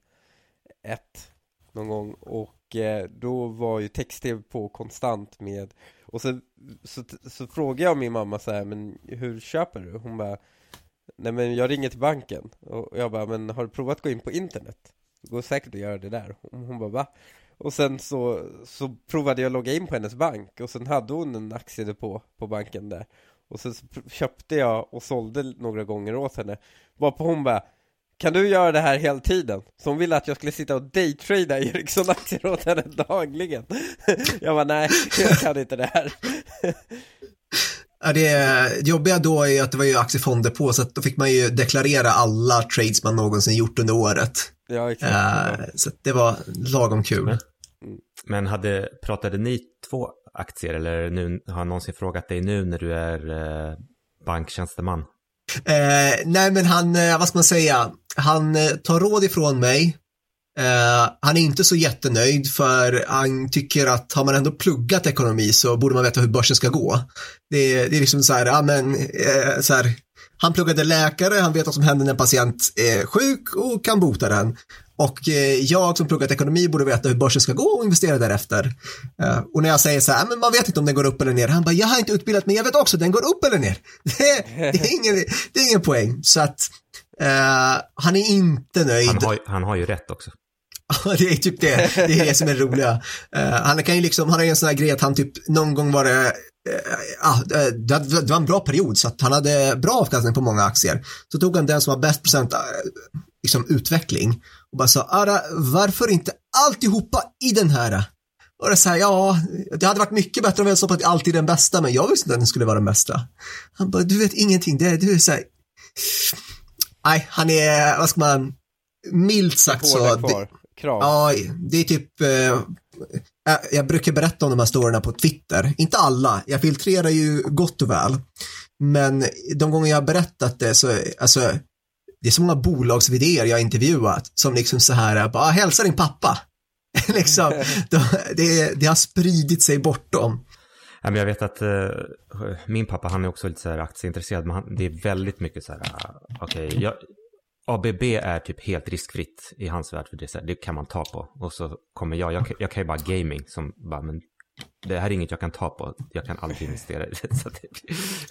C: någon gång. Och eh, då var ju text-tv på konstant med. Och så, så, så frågade jag min mamma så här, men hur köper du? Hon bara, nej men jag ringer till banken. Och jag bara, men har du provat att gå in på internet? Det går säkert att göra det där. Hon bara, va? Och sen så, så provade jag att logga in på hennes bank. Och sen hade hon en aktiedepå på banken där. Och sen så köpte jag och sålde några gånger åt henne. Bara på hon bara, kan du göra det här hela tiden? Så hon ville att jag skulle sitta och daytrada Ericsson-aktier åt henne dagligen. Jag bara, nej, jag kan inte det här.
A: Ja, det jobbiga då är att det var ju aktiefonder på, så att då fick man ju deklarera alla trades man någonsin gjort under året.
C: Ja, exakt.
A: Uh, så det var lagom kul.
B: Mm. Men hade, pratade ni två aktier, eller nu, har han någonsin frågat dig nu när du är eh, banktjänsteman?
A: Eh, nej, men han, eh, vad ska man säga, han eh, tar råd ifrån mig. Eh, han är inte så jättenöjd, för han tycker att har man ändå pluggat ekonomi så borde man veta hur börsen ska gå. Det, det är liksom så här, ja men eh, så här, han pluggade läkare, han vet vad som händer när en patient är sjuk och kan bota den. Och eh, jag som pluggat ekonomi borde veta hur börsen ska gå och investera därefter. Eh, och när jag säger så här, men man vet inte om den går upp eller ner. Han bara, jag har inte utbildat mig, jag vet också, den går upp eller ner. Det, det, är, ingen, det är ingen poäng. Så att eh, han är inte nöjd.
B: Han har, han har ju rätt också.
A: Det är typ det, det är det som är roliga. Uh, han kan ju liksom, han har ju en sån här grej att han typ, någon gång var det, uh, uh, det, det var en bra period, så att han hade bra avkastning på många aktier. Så tog han den som har bäst procent uh, liksom utveckling och bara sa, Ara, varför inte alltihopa i den här? Och det så här, ja, det hade varit mycket bättre om vi hade stoppat alltid den bästa, men jag visste inte att den skulle vara den bästa. Han bara, du vet ingenting, det, du är så här, nej, han är, vad ska man, milt sagt så.
C: Kvar. Krav.
A: Ja, det är typ, eh, jag, jag brukar berätta om de här storyna på Twitter. Inte alla, jag filtrerar ju gott och väl. Men de gånger jag har berättat det så, alltså, det är så många bolagsvidéer jag har intervjuat som liksom så här, bara hälsa din pappa. liksom, det, det har spridit sig bortom.
B: Ja, men jag vet att uh, min pappa, han är också lite så här aktieintresserad, men han, det är väldigt mycket så här, uh, okej, okay, jag A B B är typ helt riskfritt i hans värld, för det, så här, det kan man ta på. Och så kommer jag, jag, jag kan ju bara gaming som bara, men det här är inget jag kan ta på, jag kan aldrig investera i det. Så det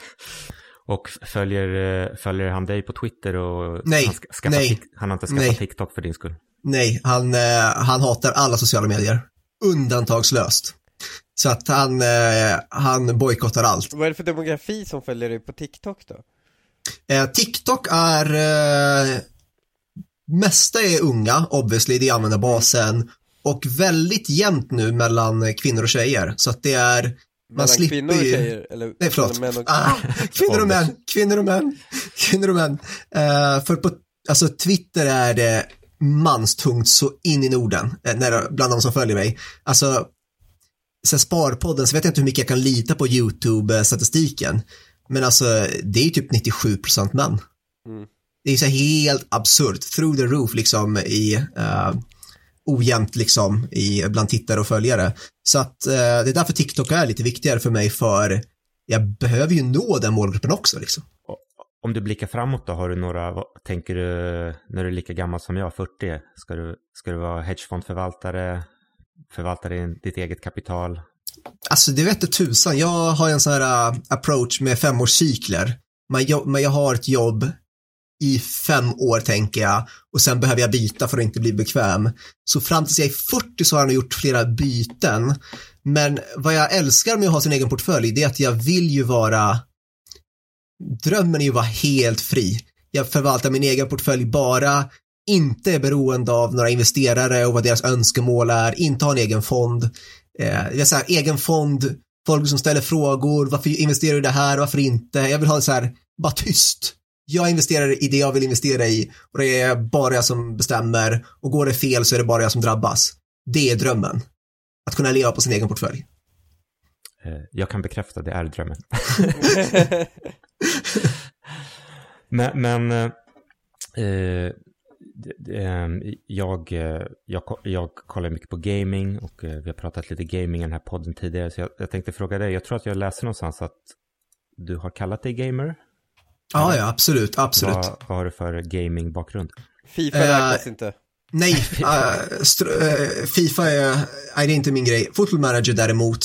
B: och följer, följer han dig på Twitter och
A: nej,
B: han, ska,
A: nej,
B: tic, han har inte skaffat
A: nej.
B: TikTok för din skull?
A: Nej, han, eh, han hatar alla sociala medier, undantagslöst. Så att han, eh, han bojkottar allt.
C: Vad är det för demografi som följer dig på TikTok då?
A: Eh, TikTok är eh, mesta är unga, obviously, det använder basen, och väldigt jämnt nu mellan kvinnor och tjejer, så att det är man
C: mellan
A: slipper
C: kvinnor och
A: ju...
C: tjejer eller
A: nej förlåt
C: män och...
A: ah, kvinnor och män kvinnor och män kvinnor och män uh, för på alltså Twitter är det manstungt så in i Norden när, bland de som följer mig, alltså så Sparpodden, så vet jag inte hur mycket jag kan lita på YouTube-statistiken, men alltså det är ju typ nittiosju procent män. Mm. Det är så helt absurt, through the roof liksom i uh, ojämnt liksom i, bland tittare och följare. Så att uh, det är därför TikTok är lite viktigare för mig, för jag behöver ju nå den målgruppen också liksom.
B: Om du blickar framåt då, har du några, vad, tänker du när du är lika gammal som jag, fyrtio, ska du, ska du vara hedgefondförvaltare, förvalta ditt eget kapital?
A: Alltså det vet du tusan, jag har en sån här uh, approach med femårscykler. Men jag, men jag har ett jobb i fem år tänker jag, och sen behöver jag byta för att inte bli bekväm. Så fram tills jag är fyrtio så har jag gjort flera byten. Men vad jag älskar med att ha sin egen portfölj, det är att jag vill ju vara, drömmen är ju att vara helt fri. Jag förvaltar min egen portfölj bara, inte är beroende av några investerare och vad deras önskemål är, inte ha en egen fond. Eh, jag säger egen fond, folk som ställer frågor, varför investerar du i det här, varför inte? Jag vill ha det så här, bara tyst. Jag investerar i det jag vill investera i, och det är bara jag som bestämmer, och går det fel så är det bara jag som drabbas. Det är drömmen. Att kunna leva på sin egen portfölj.
B: Jag kan bekräfta, det är drömmen. men men eh, jag, jag, jag kollar mycket på gaming, och vi har pratat lite gaming i den här podden tidigare, så jag, jag tänkte fråga dig, jag tror att jag läste någonstans att du har kallat dig gamer.
A: Ja, ja, absolut, absolut.
B: Vad, vad har du för gaming-bakgrund?
C: FIFA räknas uh, inte.
A: Nej, uh, str- uh, FIFA är, är det inte min grej. Football Manager däremot,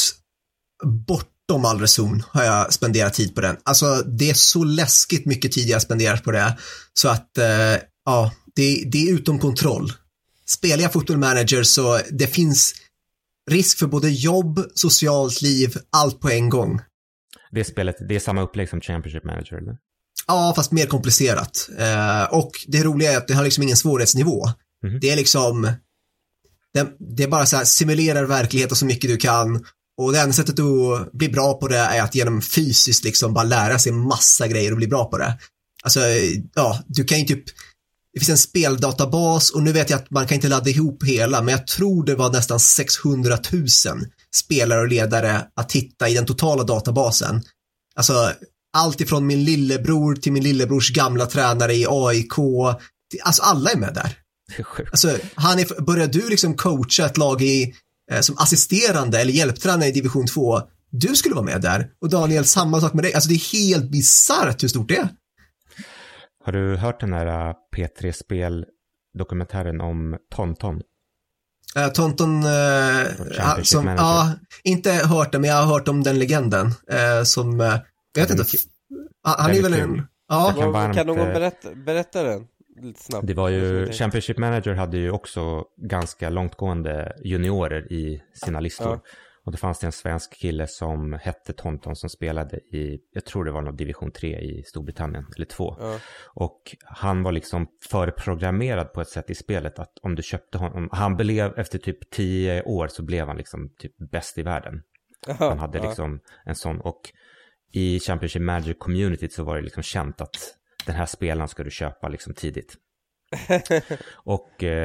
A: bortom all reson har jag spenderat tid på den. Alltså det är så läskigt mycket tid jag spenderat på det, så att uh, ja, det, det är utom kontroll. Spelar jag Football Manager så det finns risk för både jobb, socialt liv, allt på en gång.
B: Det spelet, det är samma upplägg som Championship Manager, eller?
A: Ja, fast mer komplicerat. Eh, och det roliga är att det har liksom ingen svårighetsnivå. Mm-hmm. Det är liksom, det, det är bara så här, simulerar verkligheten så mycket du kan. Och det enda sättet att bli bra på det är att genom fysiskt liksom bara lära sig massa grejer och bli bra på det. Alltså, ja, du kan ju typ, det finns en speldatabas, och nu vet jag att man kan inte ladda ihop hela, men jag tror det var nästan sexhundratusen spelare och ledare att hitta i den totala databasen. Alltså allt ifrån min lillebror till min lillebrors gamla tränare i A I K. Alltså alla är med där. Alltså, han är, börjar du liksom coacha ett lag i, eh, som assisterande eller hjälptränare i division två, du skulle vara med där. Och Daniel, samma sak med dig. Alltså det är helt bizarrt hur stort det är.
B: Har du hört den här P tre Spel-dokumentären om Tonton?
A: Uh, Tonton, uh, som, ja, uh, inte hört det, men jag har hört om den legenden. Uh, som, uh, jag vet inte, han, han är väl en... Ja.
C: Kan, varmt, kan någon berätta, berätta den lite snabbt?
B: Det var ju, Championship Manager hade ju också ganska långtgående juniorer i sina listor. Ja. Och då fanns det en svensk kille som hette Tonton som spelade i, jag tror det var någon division tre i Storbritannien, eller två. Ja. Och han var liksom förprogrammerad på ett sätt i spelet att om du köpte honom, han blev efter typ tio år så blev han liksom typ bäst i världen. Ja. Han hade ja. liksom en sån, och i Championship Manager community så var det liksom känt att den här spelaren ska du köpa liksom tidigt. och, eh,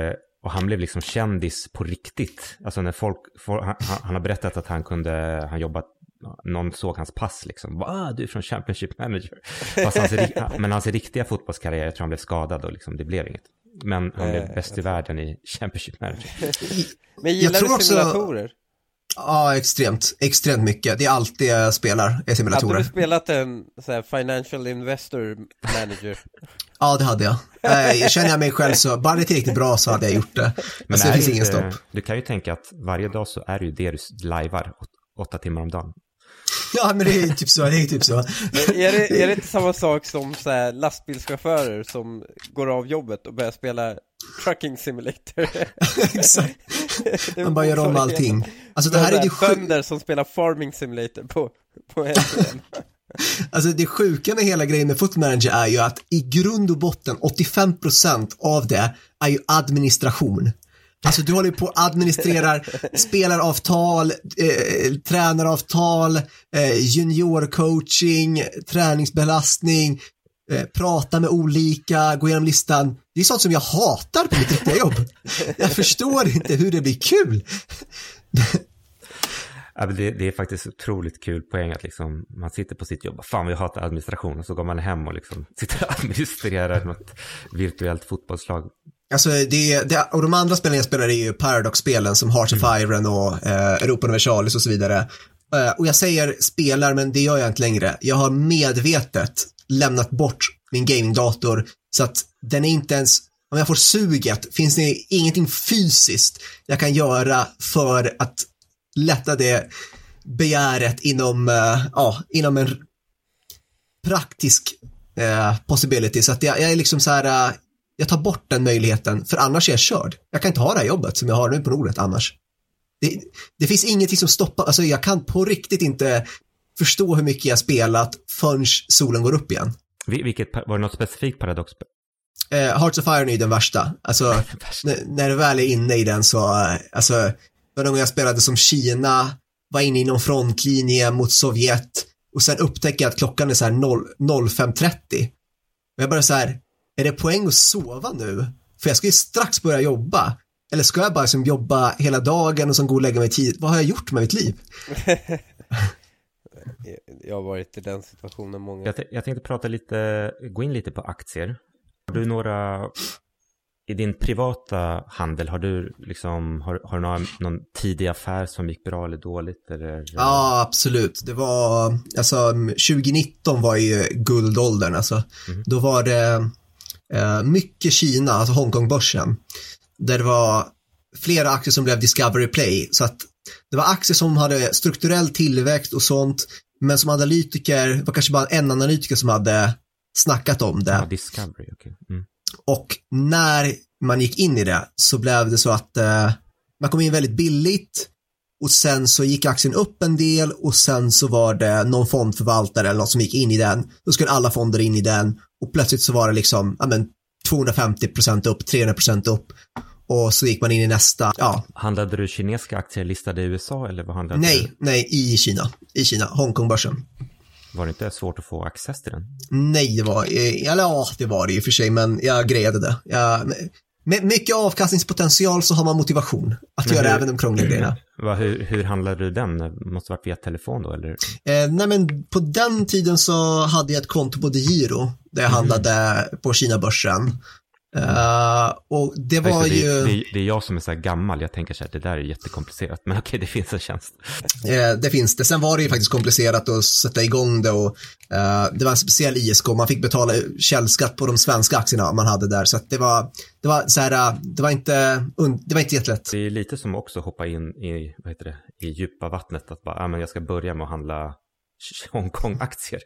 B: och han blev liksom kändis på riktigt. Alltså när folk, folk han, han har berättat att han kunde, han jobbat, någon såg hans pass liksom. Ah, du är från Championship Manager. Fast hans, men hans riktiga fotbollskarriär, jag tror han blev skadad och liksom, det blev inget. Men han blev bäst i världen i Championship Manager.
C: Men gillar du simulatorer?
A: Också... Ja, extremt. Extremt mycket. Det är allt det jag spelar i simulatorer.
C: Hade du spelat en så här, financial investor manager?
A: Ja, det hade jag. Jag känner jag mig själv så, bara det är tillräckligt bra så hade jag gjort det. Men alltså, det finns ingen stopp.
B: Du kan ju tänka att varje dag så är det ju det du livear åtta timmar om dagen.
A: Ja, men det är typ så, det är typ så.
C: Men är det, är det inte samma sak som så här, lastbilschaufförer som går av jobbet och börjar spela trucking simulator?
A: Exakt. Man bara gör om allting. Alltså det här är det
C: sjuka. Bönder som spelar farming simulator på, på helgen.
A: Alltså det sjuka med hela grejen med Football Manager är ju att i grund och botten åttiofem procent av det är ju administration. Alltså du håller på att administrera spelaravtal, eh, tränaravtal, eh, juniorcoaching, träningsbelastning, eh, prata med olika, gå igenom listan. Det är sånt som jag hatar på mitt riktiga jobb. Jag förstår inte hur det blir kul.
B: Ja, det, det är faktiskt otroligt kul poäng att liksom, man sitter på sitt jobb. Fan, vi hatar administration. Och så går man hem och liksom sitter och administrerar något virtuellt fotbollslag.
A: Alltså det, det, och de andra spelen jag spelar är ju Paradox-spelen som Hearts of Iron och eh, Europa Universalis och så vidare. Eh, och jag säger spelar, men det gör jag inte längre. Jag har medvetet lämnat bort min gamingdator så att den är inte ens, om jag får suget, finns det ingenting fysiskt jag kan göra för att lätta det begäret inom, uh, ja, inom en praktisk uh, possibility. Så att jag, jag är liksom så här, uh, jag tar bort den möjligheten, för annars är jag körd. Jag kan inte ha det här jobbet som jag har nu på Nordet annars. Det, det finns ingenting som stoppar, alltså jag kan på riktigt inte förstå hur mycket jag spelat förrän solen går upp igen.
B: Vil- vilket, var det något specifikt Paradox?
A: Uh, Hearts of Iron är ju den värsta. Alltså, n- när du väl är inne i den så, uh, alltså någon gång jag spelade som Kina, var inne i någon frontlinje mot Sovjet och sen upptäcker jag att klockan är så här noll fem trettio. Och jag bara så här, är det poäng att sova nu? För jag ska ju strax börja jobba. Eller ska jag bara som jobba hela dagen och sen gå och lägga mig tid? Vad har jag gjort med mitt liv?
C: Jag har varit i den situationen många.
B: Jag, t- jag tänkte prata lite, gå in lite på aktier. Har du några... I din privata handel, har du liksom, har, har du någon, någon tidig affär som gick bra eller dåligt? Eller?
A: Ja, absolut. Det var, alltså tjugonitton var ju guldåldern, alltså. Mm. Då var det eh, mycket Kina, alltså Hongkongbörsen. Där det var flera aktier som blev Discovery Play. Så att det var aktier som hade strukturell tillväxt och sånt, men som analytiker, var kanske bara en analytiker som hade snackat om det.
B: Ja, Discovery, okej. Okay. Mm.
A: Och när man gick in i det så blev det så att eh, man kom in väldigt billigt och sen så gick aktien upp en del och sen så var det någon fondförvaltare eller något som gick in i den. Då skulle alla fonder in i den och plötsligt så var det liksom ja, men tvåhundrafemtio procent upp, trehundra procent upp och så gick man in i nästa. Ja.
B: Handlade du kinesiska aktier listade i U S A eller vad handlade
A: nej,
B: du?
A: Nej, i Kina. I Kina, Hongkongbörsen.
B: Var det inte svårt att få access till den?
A: Nej, det var, eller ja, det var det i och för sig, men jag grejade det. Jag, med mycket avkastningspotential så har man motivation att men göra hur, även de krångliga grejerna.
B: Vad, hur, hur handlade du den? Det måste varit via telefon då, eller?
A: Eh, nej, men på den tiden så hade jag ett konto på DeGiro där jag mm. handlade på Kina-börsen. Uh, och det var
B: det,
A: ju
B: det, det är jag som är så här gammal. Jag tänker så här, det där är jättekomplicerat. Men okej, det finns en tjänst.
A: uh, Det finns det, sen var det ju faktiskt komplicerat att sätta igång det. Och uh, det var en speciell I S K, man fick betala källskatt på de svenska aktierna man hade där. Så att det var, det var så här, uh, det var inte det var inte jättelätt.
B: Det är lite som också hoppa in i, vad heter det, i djupa vattnet. Att bara, ah, men jag ska börja med att handla Hongkong-aktier.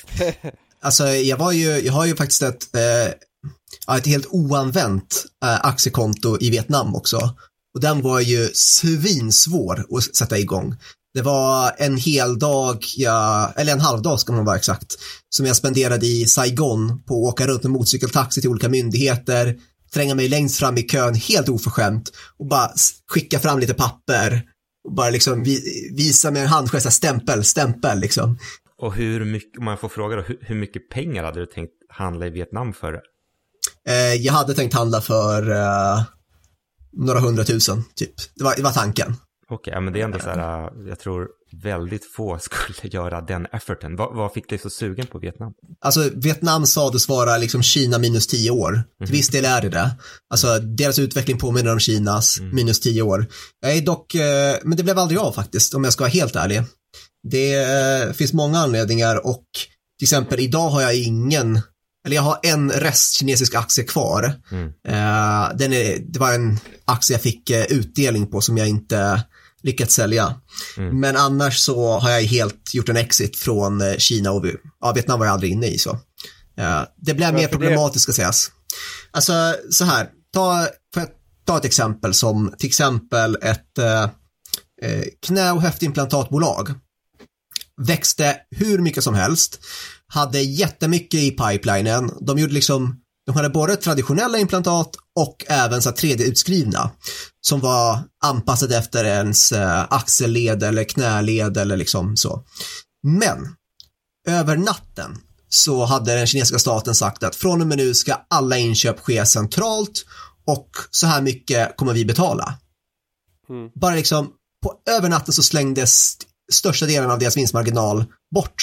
A: Alltså jag var ju, jag har ju faktiskt ett uh, ett helt oanvänt äh, aktiekonto i Vietnam också. Och den var ju svinsvår att sätta igång. Det var en hel dag, ja, eller en halv dag ska man vara exakt, som jag spenderade i Saigon på att åka runt med motorcykeltaxi till olika myndigheter, tränga mig längst fram i kön helt oförskämt och bara skicka fram lite papper och bara liksom visa med en handgest, stämpel, stämpel liksom.
B: Och hur mycket, om man får fråga då, hur, hur mycket pengar hade du tänkt handla i Vietnam för?
A: Jag hade tänkt handla för uh, några hundratusen typ. Det var, det var tanken.
B: Okej, okay, men det är ändå så här, jag tror väldigt få skulle göra den efforten. Vad, vad fick dig så sugen på Vietnam?
A: Alltså Vietnam sades vara liksom Kina minus tio år. Mm. Till viss del är det det. Alltså deras utveckling påminner om Kinas mm. minus tio år. Jag är dock, eh, men det blev aldrig av faktiskt, om jag ska vara helt ärlig. Det eh, finns många anledningar och till exempel idag har jag ingen, eller jag har en rest kinesisk aktie kvar. Mm. Eh, den är, det var en aktie jag fick eh, utdelning på som jag inte lyckats sälja. Mm. Men annars så har jag helt gjort en exit från eh, Kina och ja, Vietnam var jag aldrig inne i så. Eh, det blev mer problematiskt ska sägas. Alltså så här, ta, får jag ta ett exempel som till exempel ett eh, knä- och höftimplantatbolag växte hur mycket som helst, hade jättemycket i pipelinen. De gjorde liksom, de hade både traditionella implantat och även så här tre D-utskrivna som var anpassade efter ens eh, axelled eller knäled eller liksom så. Men över natten så hade den kinesiska staten sagt att från och med nu ska alla inköp ske centralt och så här mycket kommer vi betala. Mm. Bara liksom på över natten så slängdes största delen av deras vinstmarginal bort.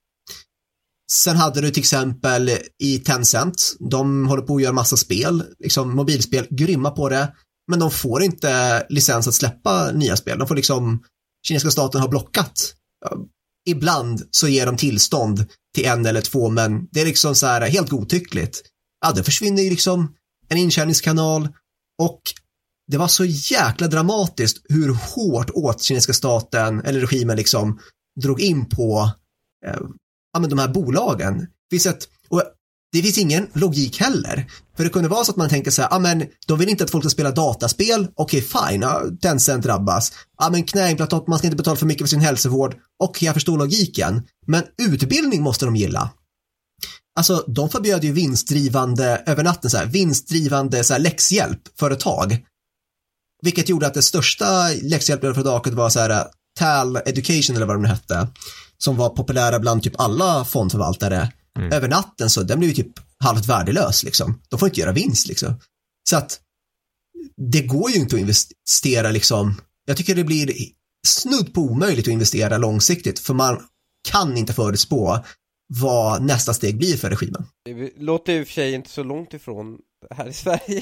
A: Sen hade du till exempel i Tencent, de håller på att göra massa spel, liksom mobilspel, grymma på det, men de får inte licens att släppa nya spel. De får liksom, kinesiska staten har blockat. Ibland så ger de tillstånd till en eller två, men det är liksom så här helt godtyckligt. Ja, det försvinner ju liksom en intjäningskanal och det var så jäkla dramatiskt hur hårt åt kinesiska staten eller regimen liksom drog in på eh, ja, men de här bolagen. Det finns, ett, och det finns ingen logik heller. För det kunde vara så att man tänker så här, ja men de vill inte att folk ska spela dataspel. Okej, okay, fine, ja, Tencent drabbas. Ja men knäimplantat, man ska inte betala för mycket för sin hälsovård. Och jag förstår logiken. Men utbildning måste de gilla. Alltså, de förbjöd ju vinstdrivande över natten så här, vinstdrivande så här, läxhjälpföretag. Vilket gjorde att det största läxhjälpföretaget var så här T A L Education eller vad de hette. Som var populära bland typ alla fondförvaltare. Mm. Över natten så den blev ju typ halvt värdelös liksom. De får inte göra vinst liksom. Så att det går ju inte att investera liksom. Jag tycker det blir snudd på omöjligt att investera långsiktigt. För man kan inte förutspå vad nästa steg blir för regimen.
C: Det låter ju för sig inte så långt ifrån här i Sverige.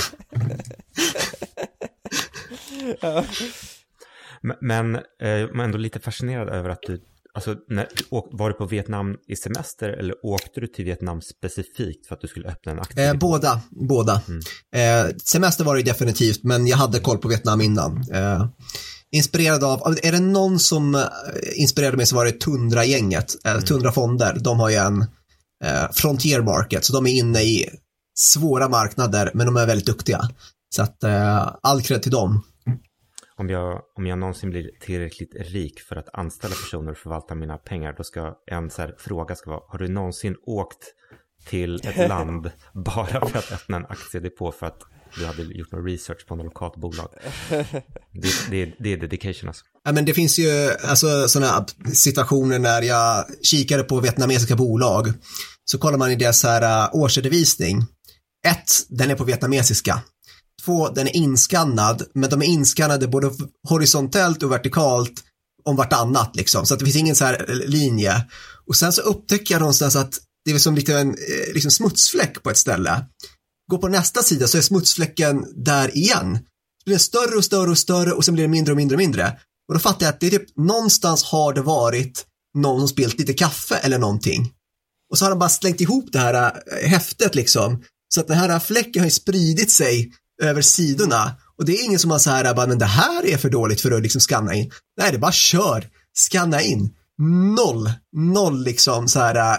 B: Ja. Men, men eh, jag är ändå lite fascinerad över att du, alltså när, var du på Vietnam i semester eller åkte du till Vietnam specifikt för att du skulle öppna en aktie?
A: Eh, båda, båda. Mm. Eh, semester var det definitivt, men jag hade koll på Vietnam innan. Eh, inspirerad av, är det någon som inspirerade mig så var det Tundra-gänget, eh, mm. Tundra-fonder. De har ju en eh, frontier market, så de är inne i svåra marknader, men de är väldigt duktiga. Så att eh, all cred till dem.
B: Om jag, om jag någonsin blir tillräckligt rik för att anställa personer och förvalta mina pengar, då ska en så här fråga ska vara, har du någonsin åkt till ett land bara för att öppna en aktiedepå för att du hade gjort någon research på något lokalt bolag? Det, det, det är dedication alltså.
A: Ja, men det finns ju alltså sådana situationer när jag kikade på vietnamesiska bolag, så kollar man i deras här uh, årsredovisning. Ett, den är på vietnamesiska. Två, den är inskannad, men de är inskannade både horisontellt och vertikalt om vartannat liksom, så att det finns ingen så här linje. Och sen så upptäcker jag någonstans att det är som lite en liksom smutsfläck på ett ställe. Går på nästa sida så är smutsfläcken där igen. Det blir större och större och större och sen blir det mindre och mindre och mindre. Och då fattar jag att det är typ någonstans har det varit någon som spilt lite kaffe eller någonting. Och så har de bara slängt ihop det här häftet liksom, så att den här fläcken har ju spridit sig över sidorna, och det är ingen som har så här bara, men det här är för dåligt för att liksom skanna in. Nej, det är bara kör, skanna in. Noll, noll liksom så här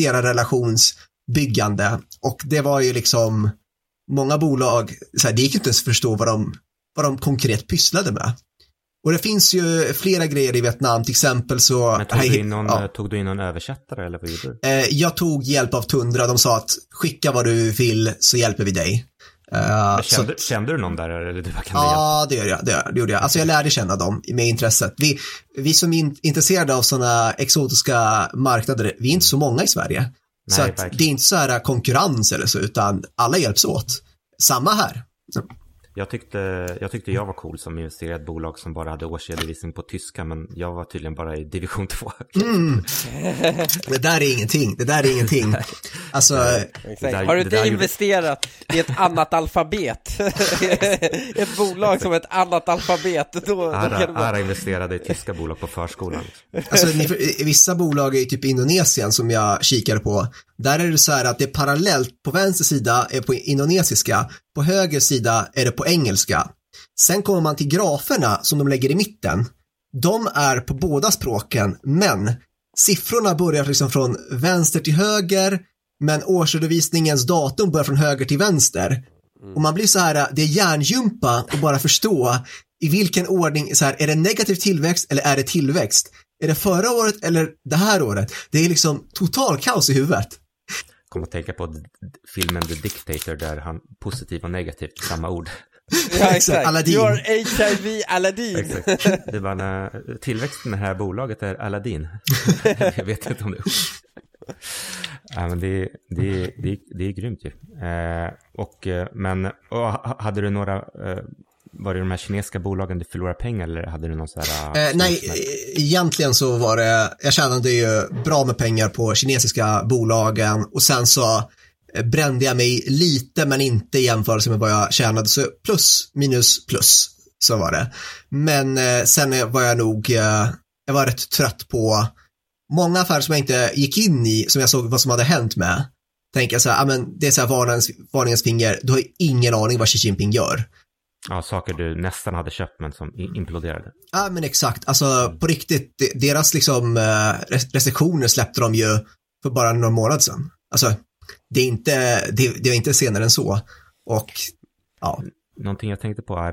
A: investerarrelationsbyggande, och det var ju liksom många bolag, så här, det gick inte ens förstå vad de, vad de konkret pysslade med. Och det finns ju flera grejer i Vietnam, till exempel så...
B: Men tog, du in någon, ja. tog du in någon översättare eller vad gjorde du?
A: Eh, jag tog hjälp av Tundra, de sa att skicka vad du vill så hjälper vi dig.
B: Uh, kände, så, kände du någon där? Eller du kan
A: ja, det gör jag, det, gör, det gjorde jag. Alltså jag lärde känna dem med intresset. Vi, vi som är in, intresserade av sådana exotiska marknader, vi är inte så många i Sverige. Nej, så att det är inte så här konkurrens eller så, utan alla hjälps åt. Samma här.
B: Jag tyckte, jag tyckte jag var cool som investerade i ett bolag som bara hade årsredovisning på tyska, men jag var tydligen bara i division två.
A: Mm. Det där är ingenting, det där är ingenting. Alltså,
C: där, har du inte investerat gjorde... i ett annat alfabet? Ett bolag Exakt. Som ett annat alfabet? Då,
B: Ara, då man... Ara investerade i tyska bolag på förskolan.
A: Alltså, ni, vissa bolag i typ Indonesien som jag kikar på, där är det så här att det är parallellt, på vänster sida är på indonesiska, på höger sida är det på engelska. Sen kommer man till graferna som de lägger i mitten. De är på båda språken, men siffrorna börjar liksom från vänster till höger, men årsredovisningens datum börjar från höger till vänster. Och man blir så här, det är hjärnjumpa att bara förstå i vilken ordning, så här, är det negativ tillväxt eller är det tillväxt? Är det förra året eller det här året? Det är liksom total kaos i huvudet.
B: Kom att tänka på filmen The Dictator där han positiv och negativ samma ord.
C: Ja, exakt. Aladdin. You're H I V Aladdin.
B: Exakt. Det var när tillväxten med det här bolaget är Aladdin. Jag vet inte om det. Ja, men det, det, det, det är grymt ju. Eh, och, men och, hade du några... Eh, var det de här kinesiska bolagen du förlorade pengar eller hade du någon så här...
A: Eh, nej, egentligen så var det... Jag tjänade ju bra med pengar på kinesiska bolagen och sen så brände jag mig lite men inte i jämförelse med vad jag tjänade. Så plus, minus, plus så var det. Men eh, sen var jag nog... Eh, jag var rätt trött på många affärer som jag inte gick in i, som jag såg vad som hade hänt med. Tänker så här, ah, men det är så här varningens, varningens finger. Du har ingen aning vad Xi Jinping gör.
B: Ja, saker du nästan hade köpt men som imploderade.
A: Ja, men exakt. Alltså på riktigt, deras liksom restriktioner släppte de ju för bara några månader sedan. Alltså, det är inte, det, det är inte senare än så. Och, ja.
B: Någonting jag tänkte på är,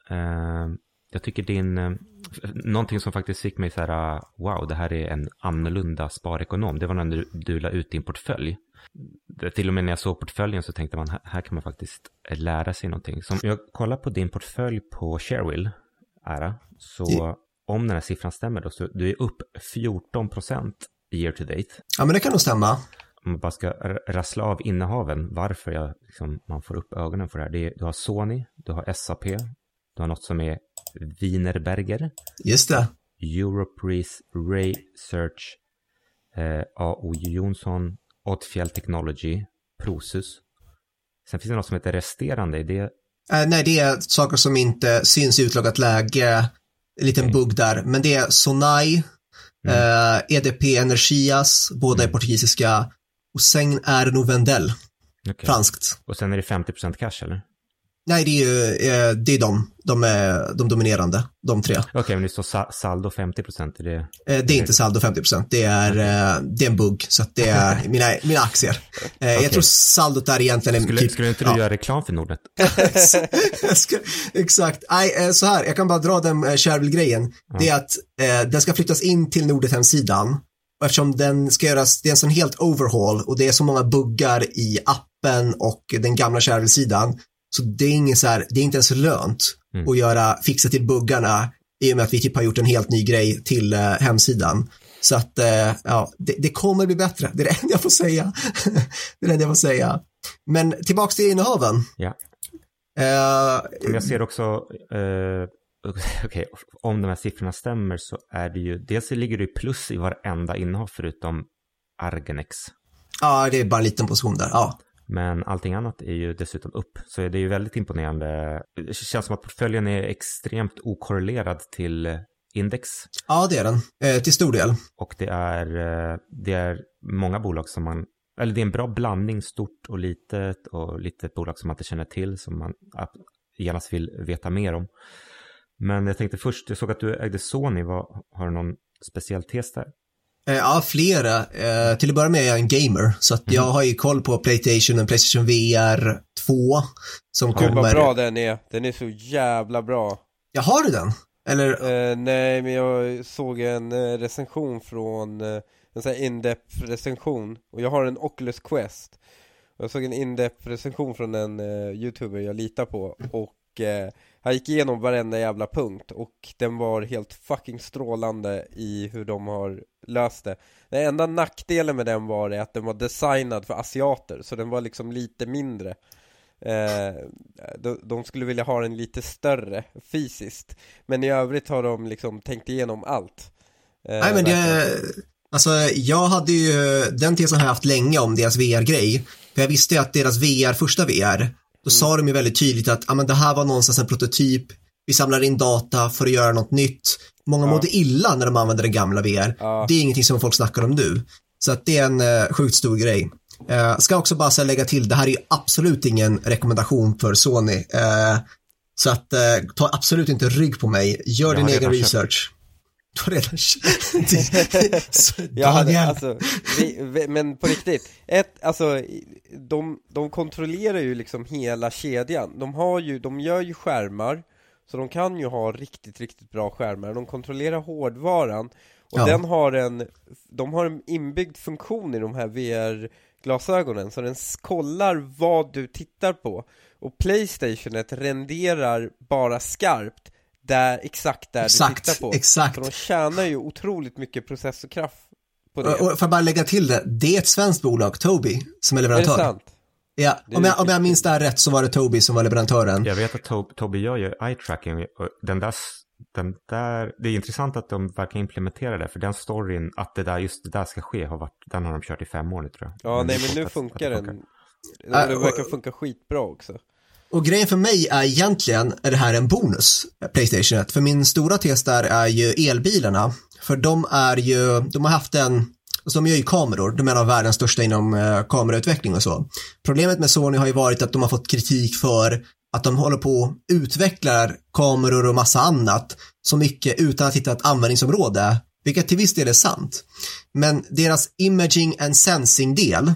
B: eh, jag tycker din, eh, någonting som faktiskt fick mig så här, wow, det här är en annorlunda sparekonom. Det var när du, du la ut din portfölj. Till och med när jag såg portföljen så tänkte man, här kan man faktiskt lära sig någonting. Så om jag kollar på din portfölj på Sharewill, Ara, så ja. Om den här siffran stämmer då, så du är upp fjorton procent year to date.
A: Ja, men det kan nog stämma.
B: Om man bara ska rassla av innehaven, varför jag, liksom, man får upp ögonen för det här. Det är, du har Sony, du har S A P, du har något som är Wienerberger.
A: Just det.
B: Europris, Research, eh, A O Jonsson, Odfjell Technology, Prosus. Sen finns det något som heter resterande. Är det...
A: Uh, nej, det är saker som inte syns i utloggat läge. En liten okay. bugg där. Men det är Sonai, mm. uh, E D P Energias, båda mm. är portugisiska. Och sen är det nog Wendel, okay. franskt.
B: Och sen är det femtio procent cash, eller?
A: Nej, det är ju eh, det är de. De är de dominerande, de tre.
B: Okej, okay, men det står sa- saldo femtio procent. Är det...
A: Eh, det är det... inte saldo femtio procent. Det är, eh, det är en bugg. Så att det är mina, mina aktier. Eh, okay. Jag tror saldot är egentligen...
B: Skulle, typ, skulle inte du ja. göra reklam för Nordnet?
A: Exakt. Nej, så här, jag kan bara dra den eh, Sharewill-grejen. Ja. Det är att eh, den ska flyttas in till Nordnet-hemsidan. Och eftersom den ska göras, det är en sån helt overhaul och det är så många buggar i appen och den gamla Sharewill-sidan. Så det är, ingen så här, det är inte ens lönt mm. att göra, fixa till buggarna i och med att vi typ har gjort en helt ny grej till eh, hemsidan. Så att eh, ja, det, det kommer bli bättre. Det är det enda jag får säga. det är det enda jag får säga. Men tillbaks till innehaven.
B: Ja.
A: Uh,
B: jag ser också, uh, okej, okay, om de här siffrorna stämmer så är det ju, dels ligger det plus i varenda innehav förutom Argenex.
A: Ja, det är bara en liten position där, ja.
B: Men allting annat är ju dessutom upp. Så det är ju väldigt imponerande. Det känns som att portföljen är extremt okorrelerad till index.
A: Ja, det är den. Eh, till stor del.
B: Och det är, det är många bolag som man... Eller det är en bra blandning, stort och litet. Och litet bolag som man inte känner till. Som man gärna vill veta mer om. Men jag tänkte först, jag såg att du ägde Sony. Vad, har du någon speciell tes där?
A: Ja, flera. Eh, till att börja med är jag en gamer. Så att mm. jag har ju koll på PlayStation och PlayStation V R två. Som
C: ja,
A: kommer...
C: Vad bra den är. Den är så jävla bra.
A: Ja, har du den? Eller...
C: Eh, nej, men jag såg en eh, recension från... Eh, en sån här in-depth recension. Och jag har en Oculus Quest. Och jag såg en in-depth recension från en eh, YouTuber jag litar på. Och... Eh, han gick igenom varenda jävla punkt och den var helt fucking strålande i hur de har löst det. Den enda nackdelen med den var det att den var designad för asiater, så den var liksom lite mindre. eh, de, de skulle vilja ha den lite större fysiskt. Men i övrigt har de liksom tänkt igenom allt. Eh,
A: Nej, men det, alltså jag hade ju den tesen har jag haft länge om deras V R-grej. För jag visste ju att deras V R, första V R, då mm. sa de ju väldigt tydligt att ah, men det här var någonstans en prototyp. Vi samlar in data för att göra något nytt. Många ja. mådde illa när de använde den gamla V R. Ja. Det är ingenting som folk snackar om nu. Så att det är en uh, sjukt stor grej. Uh, ska också bara så lägga till, det här är ju absolut ingen rekommendation för Sony. Uh, så att uh, ta absolut inte rygg på mig. Gör din egen research. Du har redan köpt.
C: Jag hade, alltså, vi, vi, men på riktigt, ett, alltså, de, de kontrollerar ju liksom hela kedjan. De, har ju, de gör ju skärmar. Så de kan ju ha riktigt, riktigt bra skärmar. De kontrollerar hårdvaran. Och ja. den har en, de har en inbyggd funktion i de här V R-glasögonen. Så den kollar vad du tittar på. Och PlayStationet renderar bara skarpt där, exakt där exakt, du tittar på.
A: Exakt.
C: Så de tjänar ju otroligt mycket processorkraft på det.
A: Och, och för att bara lägga till det, det är ett svenskt bolag, Tobii, som är leverantör.
C: Är det sant?
A: Ja, om jag, om jag minns det här rätt så var det Tobii som var leverantören.
B: Jag vet att Tob- Tobii gör ju eye-tracking och den där, den där, det är intressant att de verkar implementera det, för den storyn att det där, just det där ska ske har varit, den har de kört i fem år nu tror jag.
C: Ja, men nej men nu funkar den. Den uh, verkar funka skitbra också.
A: Och grejen för mig är egentligen, är det här en bonus, PlayStation ett. För min stora tes där är ju elbilarna. För de är ju, de har haft en, alltså de gör ju kameror, de är en av världens största inom eh, kamerautveckling och så. Problemet med Sony har ju varit att de har fått kritik för att de håller på och utvecklar kameror och massa annat så mycket utan att hitta ett användningsområde, vilket till viss del är sant. Men deras imaging and sensing del,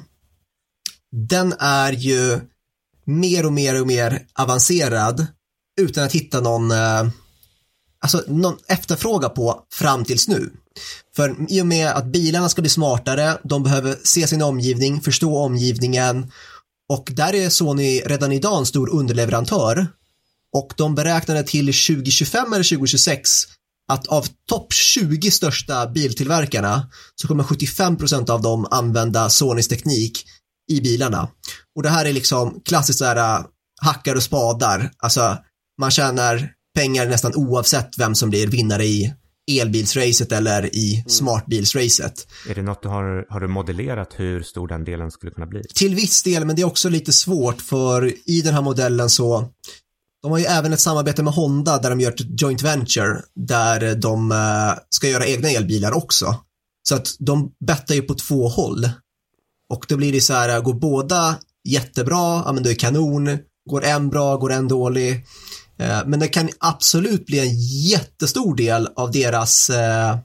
A: den är ju mer och mer och mer avancerad utan att hitta någon, eh, alltså någon efterfråga på fram tills nu. För i och med att bilarna ska bli smartare, de behöver se sin omgivning, förstå omgivningen, och där är Sony redan idag en stor underleverantör, och de beräknade till tjugo tjugofem eller tjugo tjugosex att av topp tjugo största biltillverkarna så kommer sjuttiofem procent av dem använda Sonys teknik i bilarna. Och det här är liksom klassiskt så här hackar och spadar, alltså man tjänar pengar nästan oavsett vem som blir vinnare i elbilsracet eller i mm. smartbilsracet.
B: Är det något du har, har du modellerat hur stor den delen skulle kunna bli?
A: Till viss del, men det är också lite svårt, för i den här modellen så de har ju även ett samarbete med Honda där de gör ett joint venture där de uh, ska göra egna elbilar också. Så att de bettar ju på två håll. Och då blir det så här, går båda jättebra, ja men då är kanon, går en bra, går en dålig. Men det kan absolut bli en jättestor del av deras eh,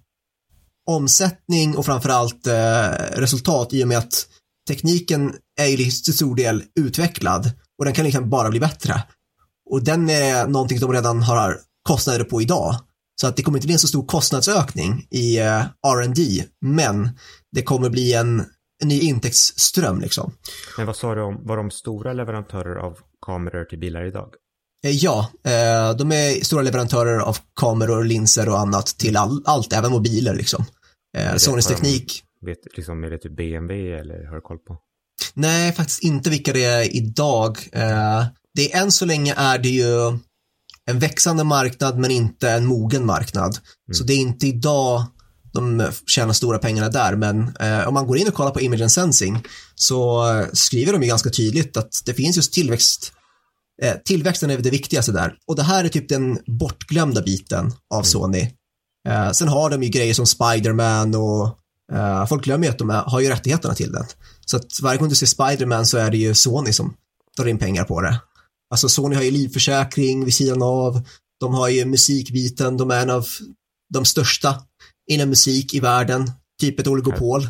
A: omsättning och framförallt eh, resultat, i och med att tekniken är ju till stor del utvecklad och den kan liksom bara bli bättre. Och den är någonting de redan har kostnader på idag. Så att det kommer inte bli en så stor kostnadsökning i eh, R and D, men det kommer bli en, en ny intäktsström liksom.
B: Men vad sa du om, var de stora leverantörer av kameror till bilar idag?
A: Ja, de är stora leverantörer av kameror, linser och annat till all, allt, även mobiler liksom. Sonys teknik.
B: Vet, liksom, är det typ B M W eller har du koll på?
A: Nej, faktiskt inte vilka det är idag. Det är än så länge är det ju en växande marknad men inte en mogen marknad. Mm. Så det är inte idag de tjänar stora pengarna där, men om man går in och kollar på Image and Sensing så skriver de ju ganska tydligt att det finns just tillväxt. Tillväxten är det viktigaste där. Och det här är typ den bortglömda biten av mm. Sony. Eh, sen har de ju grejer som Spider-Man och eh, folk glömmer ju att de är, har ju rättigheterna till den. Så att varje gång du ser Spider-Man så är det ju Sony som tar in pengar på det. Alltså Sony har ju livförsäkring vid sidan av. De har ju musikbiten. De är en av de största inom musik i världen. Typ ett oligopol.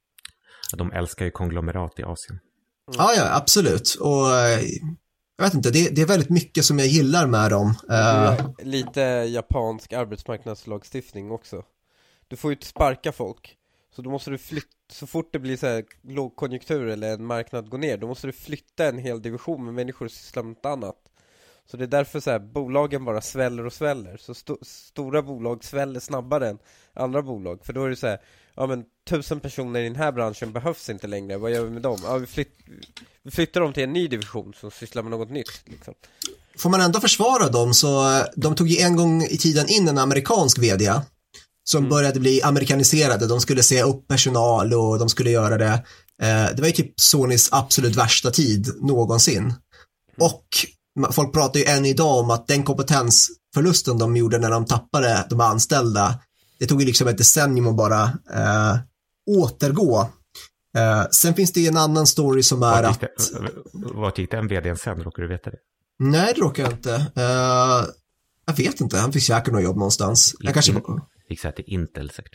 B: De älskar ju konglomerat i Asien.
A: Mm. Ja, ja, absolut. Och jag vet inte, det, det är väldigt mycket som jag gillar med dem. Uh,
C: lite japansk arbetsmarknadslagstiftning också. Du får ju sparka folk. Så då måste du flytta, så fort det blir så här lågkonjunktur eller en marknad går ner, då måste du flytta en hel division med människor och syssla med något annat. Så det är därför så här, bolagen bara sväller och sväller. Så sto- stora bolag sväller snabbare än andra bolag. För då är det så här, ja men tusen personer i den här branschen behövs inte längre. Vad gör vi med dem? Ja, vi, flytt- vi flyttar dem till en ny division som sysslar med något nytt. Liksom.
A: Får man ändå försvara dem, så de tog ju en gång i tiden in en amerikansk vd som mm. började bli amerikaniserade. De skulle säga upp personal och de skulle göra det. Eh, det var ju typ Sonys absolut värsta tid någonsin. Mm. Och folk pratar ju än idag om att den kompetensförlusten de gjorde när de tappade de anställda, det tog ju liksom ett decennium att bara eh, återgå. Eh, sen finns det ju en annan story som är
B: vad tyckte,
A: att...
B: Vad tyckte en vd sen? Råkar du veta det?
A: Nej, det råkar jag inte. Uh, jag vet inte, han fick säkert något jobb någonstans. Jag kanske...
B: Fick säga till Intel säkert.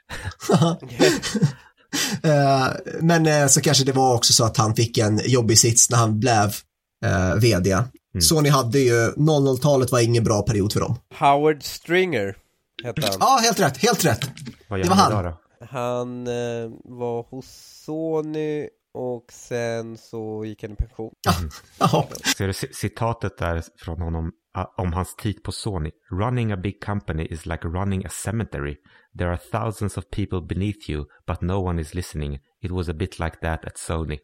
A: uh, men uh, så kanske det var också så att han fick en jobbig sits när han blev uh, vd. Mm. Sony hade ju, noll noll-talet var ingen bra period för dem.
C: Howard Stringer hette han.
A: Ja, helt rätt, helt rätt.
B: Vad gör
A: det var
B: han
A: han.
B: Då?
C: Han uh, var hos Sony och sen så gick han i pension.
A: Mm. Ja.
B: Ser du citatet där från honom om hans tid på Sony? Running a big company is like running a cemetery. There are thousands of people beneath you, but no one is listening. It was a bit like that at Sony.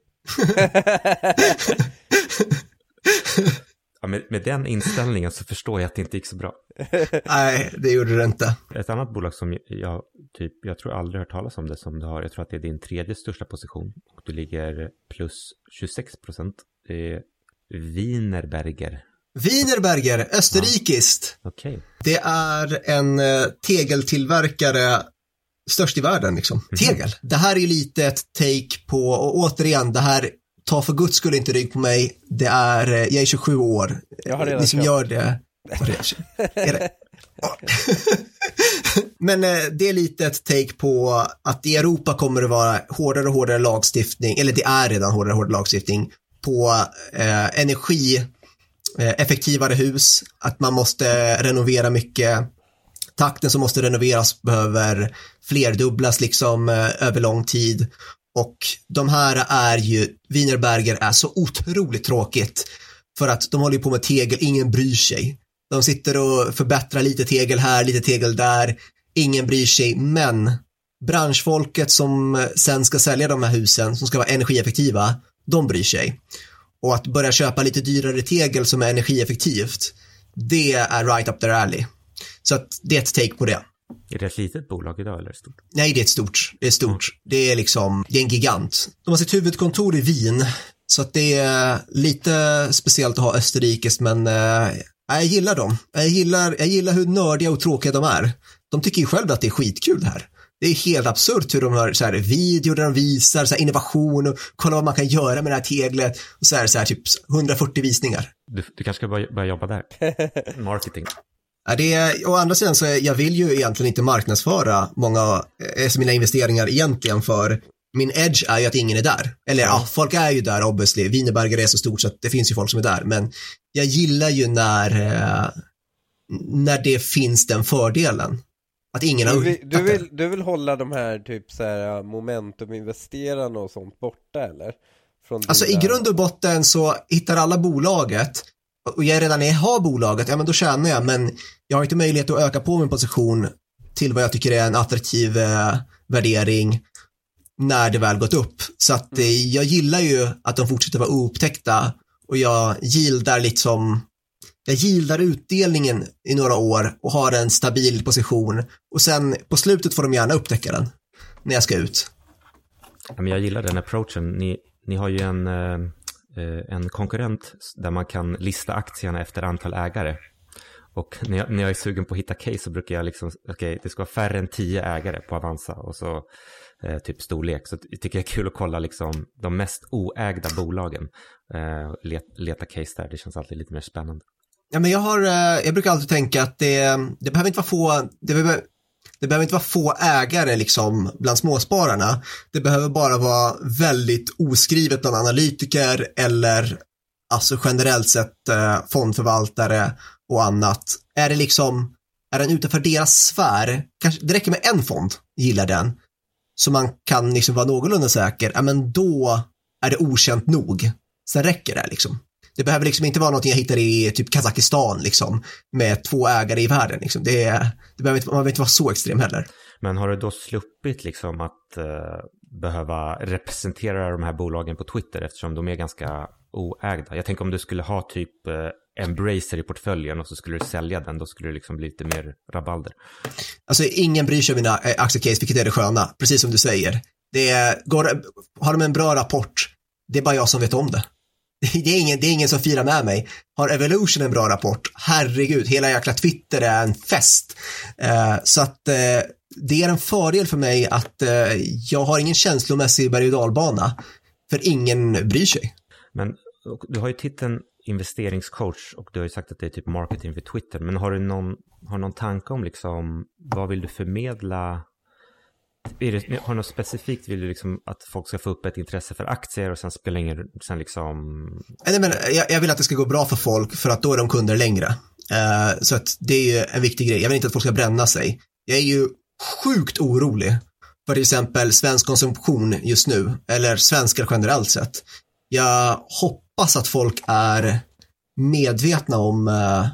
B: Ja, med, med den inställningen så förstår jag att det inte gick så bra.
A: Nej, det gjorde det inte.
B: Ett annat bolag som jag typ, jag tror aldrig hört talas om det som du har. Jag tror att det är din tredje största position. Och du ligger plus tjugosex procent. Det är Wienerberger.
A: Wienerberger, österrikiskt.
B: Ja. Okej. Okay.
A: Det är en uh, tegeltillverkare störst i världen liksom. Mm-hmm. Tegel. Det här är ju lite ett take på, och återigen, det här ta för guds skull inte rygg på mig. Det är, jag är tjugosju år.
C: Jag har redan
A: Ni som gör det. är det? Men eh, det är lite ett take på att i Europa kommer det vara hårdare och hårdare lagstiftning, eller det är redan hårdare och hårdare lagstiftning på eh, energi eh, effektivare hus, att man måste renovera mycket. Takten som måste renoveras behöver flerdubblas liksom eh, över lång tid. Och de här är ju, Wienerberger är så otroligt tråkigt för att de håller på med tegel, ingen bryr sig. De sitter och förbättrar lite tegel här, lite tegel där, ingen bryr sig, men branschfolket som sen ska sälja de här husen som ska vara energieffektiva, de bryr sig. Och att börja köpa lite dyrare tegel som är energieffektivt, det är right up their alley. Så att det är ett take på det.
B: Är det ett litet bolag idag eller stort?
A: Nej, det är ett stort. Det är stort. Mm. Det är liksom, det är en gigant. De har sitt huvudkontor i Wien. Så att det är lite speciellt att ha österrikiskt, men äh, jag gillar dem. Jag gillar, jag gillar hur nördiga och tråkiga de är. De tycker ju själva att det är skitkul det här. Det är helt absurt hur de har så här video där de visar så här innovation och kolla vad man kan göra med det här teglet. Och så här, så här typ hundrafyrtio visningar.
B: Du, du kanske ska börja, börja jobba där. Marketing.
A: Ja, det är, å andra sidan så är, jag vill ju egentligen inte marknadsföra många av mina investeringar egentligen, för min edge är ju att ingen är där. Eller ja, folk är ju där obviously. Wienerberger är så stort så att det finns ju folk som är där. Men jag gillar ju när, eh, när det finns den fördelen. Att ingen
C: du
A: har...
C: Vill, du, vill, du vill hålla de här typ så här momentuminvesterarna och sånt borta eller? Från
A: alltså dina... i grund och botten så hittar alla bolaget, och jag redan är, har bolaget, ja men då tjänar jag, men jag har inte möjlighet att öka på min position till vad jag tycker är en attraktiv eh, värdering när det väl gått upp. Så att eh, jag gillar ju att de fortsätter vara oupptäckta, och jag gillar liksom jag gillar utdelningen i några år och har en stabil position, och sen på slutet får de gärna upptäcka den när jag ska ut.
B: Ja, men jag gillar den approachen. Ni, ni har ju en eh... en konkurrent där man kan lista aktierna efter antal ägare. Och när jag, när jag är sugen på att hitta case så brukar jag liksom, okej, okay, det ska vara färre än tio ägare på Avanza och så eh, typ storlek. Så jag tycker det är kul att kolla liksom de mest oägda bolagen. Eh, let, leta case där, det känns alltid lite mer spännande.
A: Ja, men jag har, jag brukar alltid tänka att det, det behöver inte vara få, det behöver, det behöver inte vara få ägare liksom bland småspararna. Det behöver bara vara väldigt oskrivet bland analytiker eller alltså generellt sett eh, fondförvaltare och annat. Är det liksom, är den utanför deras sfär, kanske det räcker med en fond, gillar den, så man kan liksom vara någorlunda säker, ja men då är det okänt nog. Sen räcker det liksom. Det behöver liksom inte vara något jag hittar i typ Kazakstan liksom, med två ägare i världen. Liksom. Det, det behöver inte, man behöver inte vara så extrem heller.
B: Men har du då sluppit liksom att uh, behöva representera de här bolagen på Twitter eftersom de är ganska oägda? Jag tänker om du skulle ha typ uh, Embracer i portföljen och så skulle du sälja den, då skulle det liksom bli lite mer rabalder.
A: Alltså ingen bryr sig om mina aktiecase, vilket är det sköna. Precis som du säger. Det går, har de en bra rapport, det är bara jag som vet om det. Det är ingen, det är ingen som firar med mig. Har Evolution en bra rapport? Herregud, hela jäkla Twitter är en fest. Uh, så att uh, det är en fördel för mig att uh, jag har ingen känslomässig berg- och dalbana, för ingen bryr sig.
B: Men du har ju titeln investeringscoach och du har ju sagt att det är typ marketing för Twitter. Men har du någon, har någon tanke om liksom, vad vill du förmedla? Är det, har något specifikt, vill du liksom att folk ska få upp ett intresse för aktier och sen spelar ingen, sen liksom...
A: Nej, men jag, jag vill att det ska gå bra för folk, för att då är de kunder längre. Uh, så att det är ju en viktig grej. Jag vill inte att folk ska bränna sig. Jag är ju sjukt orolig för till exempel svensk konsumtion just nu, eller svenskar generellt sett. Jag hoppas att folk är medvetna om uh,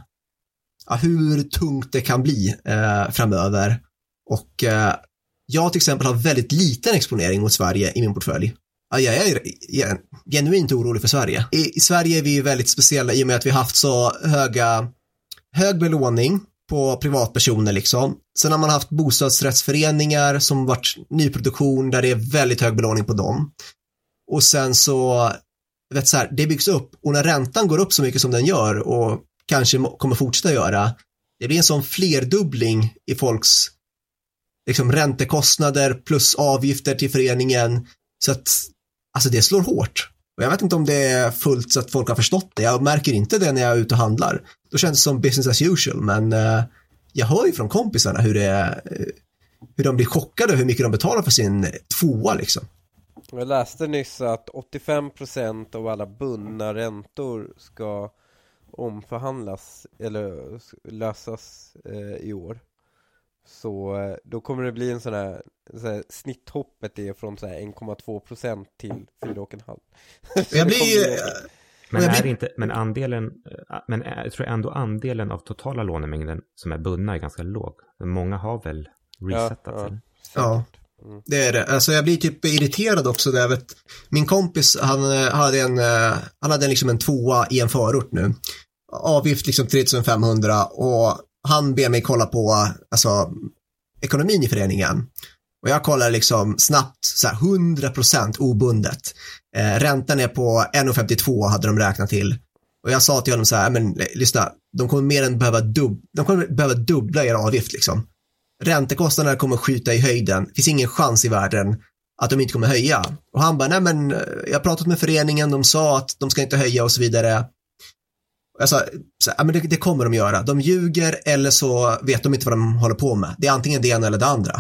A: hur tungt det kan bli uh, framöver. Och uh, jag till exempel har väldigt liten exponering mot Sverige i min portfölj. Ja, jag är, jag är genuint orolig för Sverige. I, I Sverige är vi väldigt speciella i och med att vi har haft så höga, hög belåning på privatpersoner liksom. Sen har man haft bostadsrättsföreningar som varit nyproduktion där det är väldigt hög belåning på dem. Och sen så, vet så här, det byggs upp, och när räntan går upp så mycket som den gör och kanske kommer fortsätta göra, det blir en sån flerdubbling i folks liksom räntekostnader plus avgifter till föreningen, så att alltså det slår hårt. Och jag vet inte om det är fullt så att folk har förstått det. Jag märker inte det när jag är ute och handlar. Då känns det som business as usual, men uh, jag hör ju från kompisarna hur det uh, hur de blir chockade hur mycket de betalar för sin tvåa liksom.
C: Jag läste nyss att åttiofem procent av alla bundna räntor ska omförhandlas eller lösas eh, i år. Så då kommer det bli en sån här, så här snitthoppet är från så här en komma två procent till fyra komma fem.
A: Jag blir
B: men är det inte, men andelen, men jag tror ändå andelen av totala lånemängden som är bundna är ganska låg. Många har väl resetat
A: ja,
B: sin.
A: Ja, mm. Det är det. Alltså jag blir typ irriterad också där, vet, min kompis han hade en han hade liksom en tvåa i en förort nu. Avgift liksom tre tusen femhundra, och han ber mig kolla på alltså ekonomin i föreningen. Och jag kollar liksom snabbt så här hundra procent obundet. Eh, räntan är på en komma femtiotvå hade de räknat till. Och jag sa till honom så här, men lyssna, de kommer mer än behöva dubb, de kommer behöva dubbla er avgift liksom. Räntekostnaderna kommer skjuta i höjden. Det finns ingen chans i världen att de inte kommer höja. Och han bara, nej men jag har pratat med föreningen, de sa att de ska inte höja och så vidare. Jag sa, så, ja, men det, det kommer de göra. De ljuger eller så vet de inte vad de håller på med. Det är antingen det ena eller det andra.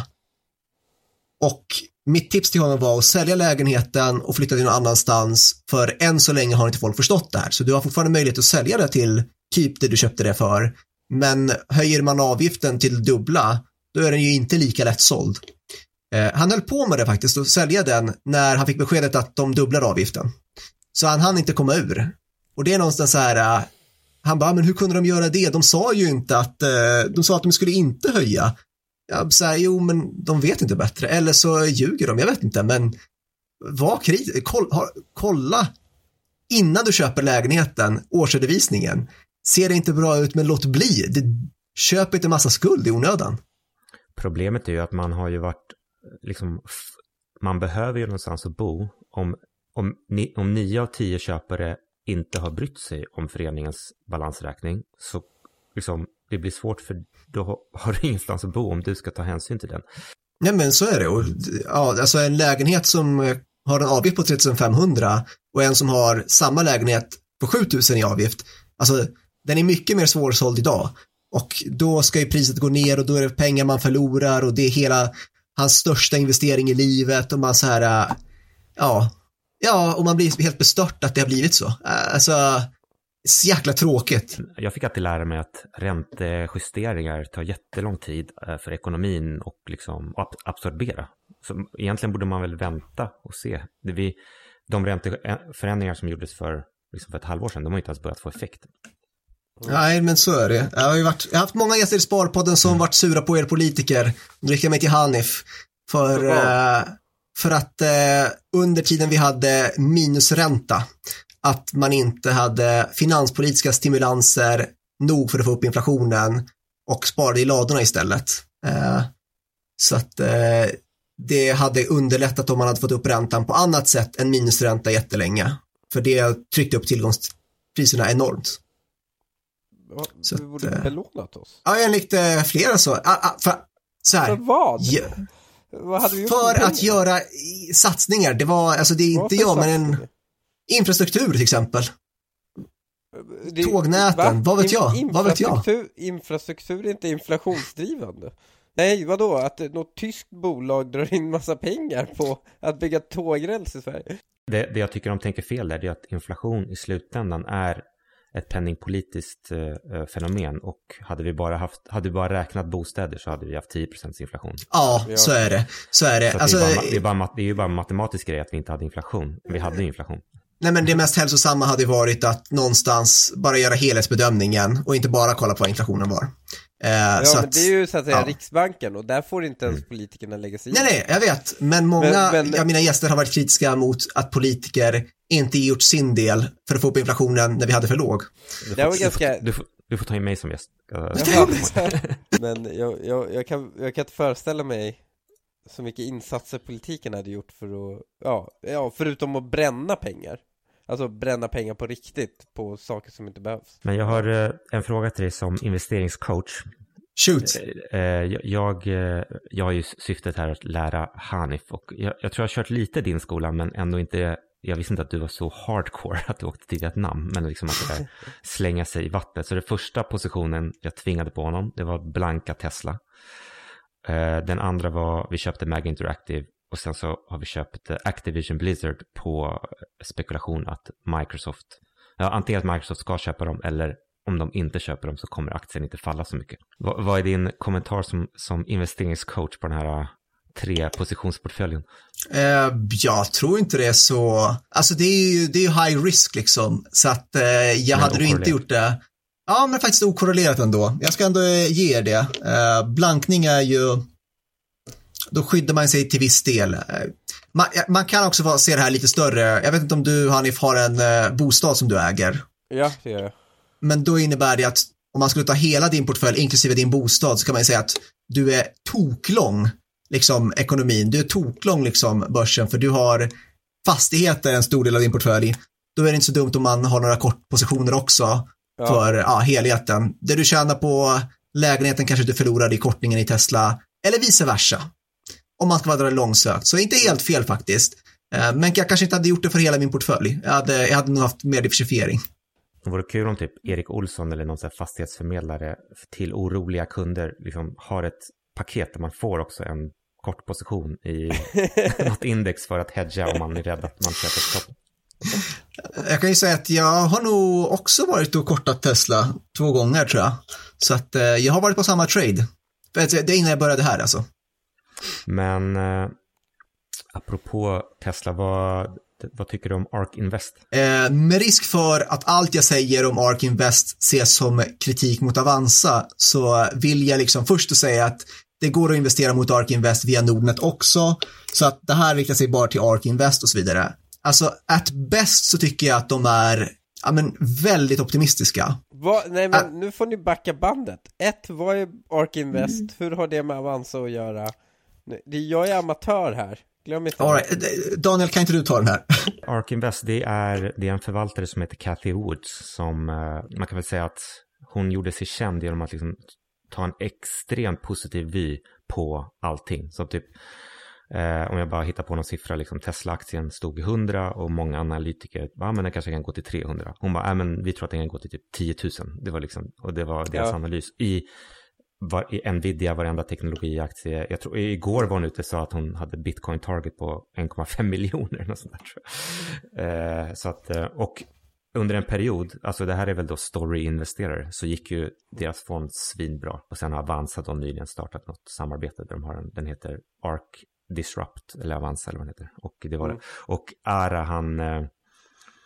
A: Och mitt tips till honom var att sälja lägenheten och flytta till någon annanstans, för än så länge har inte folk förstått det här. Så du har fortfarande möjlighet att sälja det till typ det du köpte det för. Men höjer man avgiften till dubbla, då är den ju inte lika lätt såld. Eh, han höll på med det faktiskt, att sälja den när han fick beskedet att de dubblar avgiften. Så han hann inte komma ur. Och det är någonstans så här, uh, han bara, men hur kunde de göra det? De sa ju inte att, uh, de sa att de skulle inte höja. Jag så här, jo men de vet inte bättre. Eller så ljuger de, jag vet inte. Men var kritisk, Koll, ha, kolla innan du köper lägenheten, årsredovisningen. Ser det inte bra ut, men låt bli. Det, köp inte massa skuld i onödan.
B: Problemet är ju att man har ju varit, liksom, man behöver ju någonstans att bo. Om, om, ni, om nio av tio köpare inte har brytt sig om föreningens balansräkning, så liksom, det blir svårt, för då har du ingenstans att bo om du ska ta hänsyn till den.
A: Nej men så är det. Och, ja, alltså en lägenhet som har en avgift på tre tusen femhundra och en som har samma lägenhet på sju tusen i avgift, alltså den är mycket mer svårsåld idag. Och då ska ju priset gå ner och då är det pengar man förlorar och det är hela hans största investering i livet och man så här, ja, ja och man blir helt bestört att det har blivit så. Alltså, så jäkla tråkigt.
B: Jag fick alltid lära mig att räntejusteringar tar jättelång tid för ekonomin och liksom absorbera. Så egentligen borde man väl vänta och se. Det vi, de ränteförändringar som gjordes för liksom för ett halvår sedan. De har inte ens börjat få effekt.
A: Mm. Nej, men så är det. Jag har, ju varit, jag har haft många gäster i Sparpodden som mm. varit sura på er politiker. Nu riktar jag mig till Hanif. För, eh, för att eh, under tiden vi hade minusränta, att man inte hade finanspolitiska stimulanser nog för att få upp inflationen och sparade i ladorna istället. Eh, så att eh, det hade underlättat om man hade fått upp räntan på annat sätt än minusränta jättelänge. För det tryckte upp tillgångspriserna enormt.
C: Ja, så vi borde ha belånat oss.
A: Ja, enligt eh, flera så. Ah, ah, för, så här,
C: för vad?
A: Ja,
C: vad hade vi gjort
A: för att göra satsningar. Det var, alltså det är inte jag, men en infrastruktur till exempel. Det, Tågnäten, va? vad vet jag? In, vad vet jag?
C: Infrastruktur är inte inflationsdrivande. Nej, vadå? Att något tyskt bolag drar in massa pengar på att bygga tågräls i Sverige.
B: Det, det jag tycker de tänker fel där, det är att inflation i slutändan är ett penningpolitiskt eh, fenomen, och hade vi bara haft hade vi bara räknat bostäder så hade vi haft tio procent inflation.
A: Ja, så är det. Så är det.
B: Så
A: alltså,
B: det, är bara, det, är bara, det är ju bara en matematisk grej att vi inte hade inflation. Vi hade inflation.
A: Nej, men det mest hälsosamma hade varit att någonstans bara göra helhetsbedömningen och inte bara kolla på vad inflationen var. Eh,
C: ja,
A: så
C: men
A: att,
C: det är ju så att säga
A: ja.
C: Riksbanken, och där får inte ens politikerna lägga sig i.
A: Nej, nej, jag vet. Men många men, men, av mina gäster har varit kritiska mot att politiker inte gjort sin del för att få upp inflationen när vi hade för låg.
B: Du får, ganska... du, får, du, får, du får ta in mig som gäst.
C: Men jag, jag, jag, kan, jag kan inte föreställa mig så mycket insatser politiken hade gjort för att, ja, ja, förutom att bränna pengar. Alltså bränna pengar på riktigt på saker som inte behövs.
B: Men jag har eh, en fråga till dig som investeringscoach.
A: Shoot.
B: Eh, jag, jag, jag har ju syftet här att lära Hanif, och jag, jag tror jag har kört lite din skola, men ändå inte, jag visste inte att du var så hardcore att du åkte till Vietnam, men liksom att det där slänga sig i vattnet. Så det första positionen jag tvingade på honom, det var blanka Tesla. Eh, den andra var, vi köpte Mag Interactive. Och sen så har vi köpt Activision Blizzard på spekulation att Microsoft, ja, antingen att Microsoft ska köpa dem, eller om de inte köper dem så kommer aktien inte falla så mycket. Vad, vad är din kommentar som, som investeringscoach på den här tre positionsportföljen?
A: Eh, jag tror inte det är så, alltså det är ju, det är ju high risk liksom, så att eh, jag men hade du inte gjort det. Ja, men faktiskt okorrelerat ändå. Jag ska ändå ge er det. Eh, blankning är ju, då skyddar man sig till viss del. Man, man kan också se det här lite större. Jag vet inte om du, Hanif, har en uh, bostad som du äger.
C: Ja, det gör jag.
A: Men då innebär det att om man skulle ta hela din portfölj, inklusive din bostad, så kan man ju säga att du är toklång liksom ekonomin. Du är toklång liksom börsen, för du har fastigheter en stor del av din portfölj. Då är det inte så dumt om man har några kortpositioner också ja. för ja, helheten. Det du tjänar på lägenheten kanske du förlorar i kortningen i Tesla, eller vice versa. Om man ska vara långsökt. Så inte helt fel faktiskt. Men jag kanske inte hade gjort det för hela min portfölj. Jag hade, jag hade nog haft mer diversifiering.
B: Det vore kul om typ Erik Olsson eller någon sån här fastighetsförmedlare till oroliga kunder liksom har ett paket där man får också en kort position i något index för att hedga om man är rädd att man köper stopp.
A: Jag kan ju säga att jag har nog också varit och kortat Tesla två gånger tror jag. Så att jag har varit på samma trade. Det är innan jag började här alltså.
B: Men eh, apropå Tesla, vad, vad tycker du om ARK Invest?
A: Eh, med risk för att allt jag säger om ARK Invest ses som kritik mot Avanza, så vill jag liksom först säga att det går att investera mot ARK Invest via Nordnet också, så att det här riktar sig bara till ARK Invest och så vidare. Alltså, at best så tycker jag att de är ja, men, väldigt optimistiska.
C: Va? Nej, men uh, nu får ni backa bandet. Ett, vad är ARK Invest? Mm. Hur har det med Avanza att göra? Jag är amatör här. Glöm inte.
A: All right. Daniel, kan inte du ta den här?
B: ARK Invest, det är, det är en förvaltare som heter Cathy Woods, som man kan väl säga att hon gjorde sig känd genom att liksom ta en extremt positiv vy på allting. Så typ, eh, om jag bara hittar på någon siffra, liksom Tesla-aktien stod hundra och många analytiker, ja men den kanske kan gå till trehundra. Hon bara, ja men vi tror att den kan gå till typ tio tusen. Det var liksom, och det var deras ja. analys. I Var, i Nvidia, varenda teknologiaktie. Jag tror, igår var hon ute och sa att hon hade Bitcoin target på en komma fem miljoner. Och, sånt där, tror jag. Eh, så att, och under en period, alltså det här är väl då story-investerare, så gick ju deras fond svinbra. Och sen har Avanza då nyligen startat något samarbete där de har en, den heter ARK Disrupt, eller Avanza eller vad den heter. Och det var mm. det. Och Ara, han...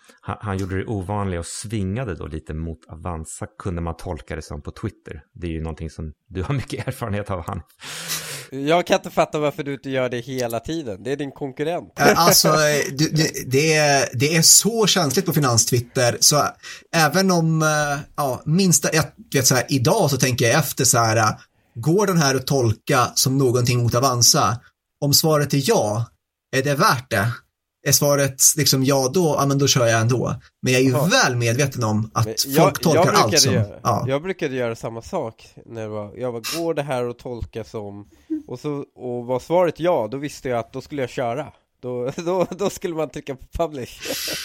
B: han, han gjorde det ovanligt och svingade då lite mot Avanza, kunde man tolka det som på Twitter. Det är ju någonting som du har mycket erfarenhet av, han.
C: Jag kan inte fatta varför du inte gör det hela tiden. Det är din konkurrent.
A: Alltså, det, det, är, det är så känsligt på finanstwitter, så även om, ja, minsta, jag vet så här, idag så tänker jag efter så här, går den här att tolka som någonting mot Avanza? Om svaret är ja, är det värt det? Är svaret liksom ja då, ja men då kör jag ändå. Men jag är ju Aha. väl medveten om att
C: jag,
A: folk tolkar
C: jag
A: allt som...
C: Göra,
A: ja.
C: Jag brukade göra samma sak. När jag, var, jag var, går det här att tolka som... Och, så, och var svaret ja, då visste jag att då skulle jag köra. Då, då, då skulle man trycka på publish.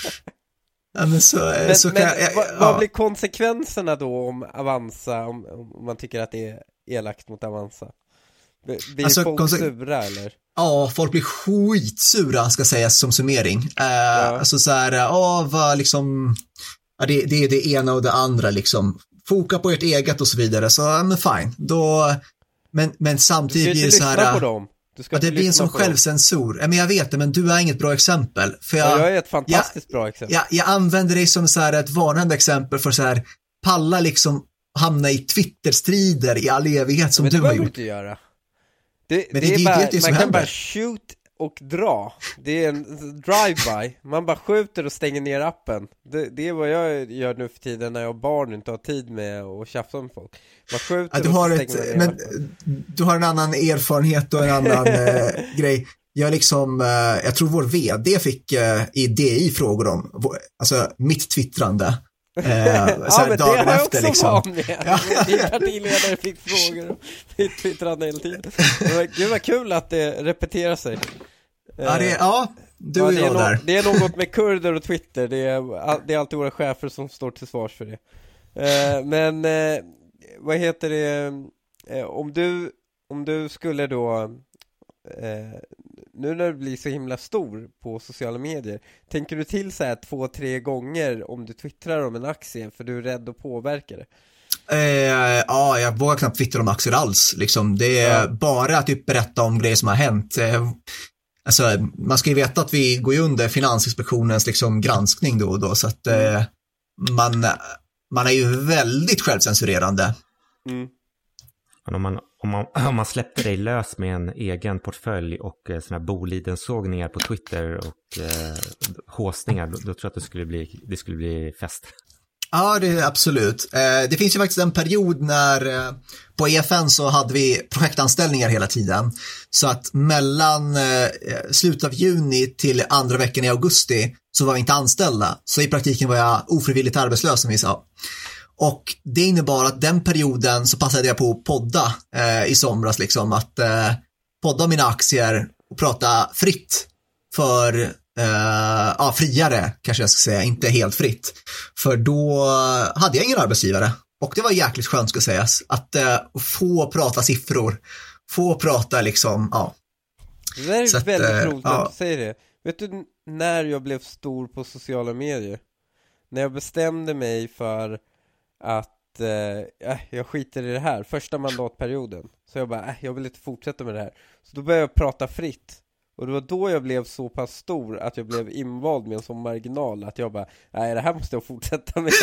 A: Ja, men så,
C: men,
A: så
C: men
A: kan, ja,
C: vad,
A: ja.
C: vad blir konsekvenserna då om Avanza, om, om man tycker att det är elakt mot Avanza? Blir alltså, folk konse- sura eller?
A: Ja, folk blir skitsura, ska sägas som summering. Uh, ja. Alltså så här, ja, vad liksom, ja, det, det är det ena och det andra liksom. Foka på ert eget och så vidare, så ja, men fine. Då, men, men samtidigt blir det så här...
C: På dem. Du ska
A: ja, det blir en sån självcensur. Ja, men jag vet det, men du är inget bra exempel. För jag,
C: ja, jag är ett fantastiskt
A: jag,
C: bra exempel.
A: Jag, jag använder dig som så här ett varnande exempel för så här, palla liksom hamna i Twitter-strider i all evighet som
C: men
A: du har gjort.
C: Men det behöver du inte göra. Det,
A: men
C: det, det är
A: det,
C: bara,
A: det, det
C: man kan
A: händer.
C: bara shoot och dra. Det är en drive-by. Man bara skjuter och stänger ner appen. Det, det är vad jag gör nu för tiden när jag har barn och inte har tid med att tjafsa med folk. Man skjuter
A: ja, du
C: och
A: har
C: stänger
A: ett,
C: ner
A: men,
C: appen.
A: Du har en annan erfarenhet och en annan eh, grej. Jag liksom, eh, jag tror vår vd fick eh, i D I frågor om vår, alltså mitt twittrande. Eh,
C: ja, men det har jag efter, också
A: liksom.
C: varit med. Ja. Din partiledare fick frågor om mitt twittrande hela tiden. Gud vad kul att det repeterar sig.
A: Ja, det är, ja du ja, och jag
C: är
A: där.
C: No- det är något med kurder och Twitter. Det är, det är alltid våra chefer som står till svars för det. Eh, men eh, vad heter det? Eh, om du om du skulle då eh, nu när du blir så himla stor på sociala medier, tänker du till så här två, tre gånger om du twittrar om en aktie för du är rädd att påverka det?
A: Eh, ja, jag vågar knappt twittra om aktier alls. Liksom. Det är ja. bara att typ berätta om grejer som har hänt. Eh, alltså, man ska ju veta att vi går ju under Finansinspektionens liksom, granskning då och då, så att eh, man, man är ju väldigt självcensurerande.
C: Mm.
B: Men om man, om, man, om man släppte dig lös med en egen portfölj och eh, såna här Boliden-sågningar på Twitter och eh, håsningar, då, då tror jag att det skulle bli, det skulle bli fest.
A: Ja, det är absolut. Eh, det finns ju faktiskt en period när eh, på E F N så hade vi projektanställningar hela tiden. Så att mellan eh, slutet av juni till andra veckan i augusti så var vi inte anställda. Så i praktiken var jag ofrivilligt arbetslös, som vi sa. Och det innebar att den perioden så passade jag på att podda eh, i somras, liksom, att eh, podda mina aktier och prata fritt för, eh, ja, friare kanske jag ska säga, inte helt fritt. För då hade jag ingen arbetsgivare och det var jäkligt skönt, ska sägas, att eh, få prata siffror, få prata liksom, ja.
C: Det där är så väldigt att, roligt
A: ja.
C: att du säger det. Vet du när jag blev stor på sociala medier? När jag bestämde mig för att eh, jag skiter i det här första mandatperioden. Så jag bara, äh, jag vill inte fortsätta med det här. Så då började jag prata fritt. Och det var då jag blev så pass stor att jag blev invald med en sån marginal att jag bara, nej, det här måste jag fortsätta med.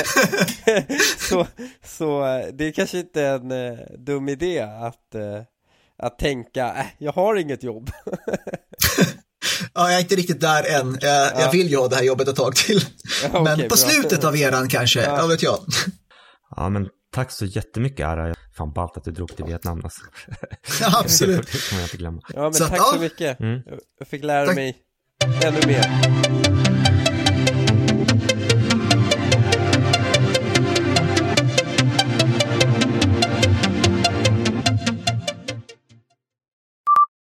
C: så, så det är kanske inte en eh, dum idé att, eh, att tänka, äh, jag har inget jobb.
A: Ja, jag är inte riktigt där än. Jag, ja. jag vill ju ha det här jobbet ett tag till. Ja, men okay, på bra. Slutet av eran kanske, ja. Jag vet jag.
B: Ja, men tack så jättemycket, Ara. Fan, ballt att du drog till Vietnam alltså.
A: Ja, absolut.
B: Det kommer jag inte glömma.
C: Ja, men
A: så
C: tack
A: att,
C: så
A: ja.
C: mycket.
B: Mm.
C: Jag fick lära
A: tack.
C: mig ännu mer.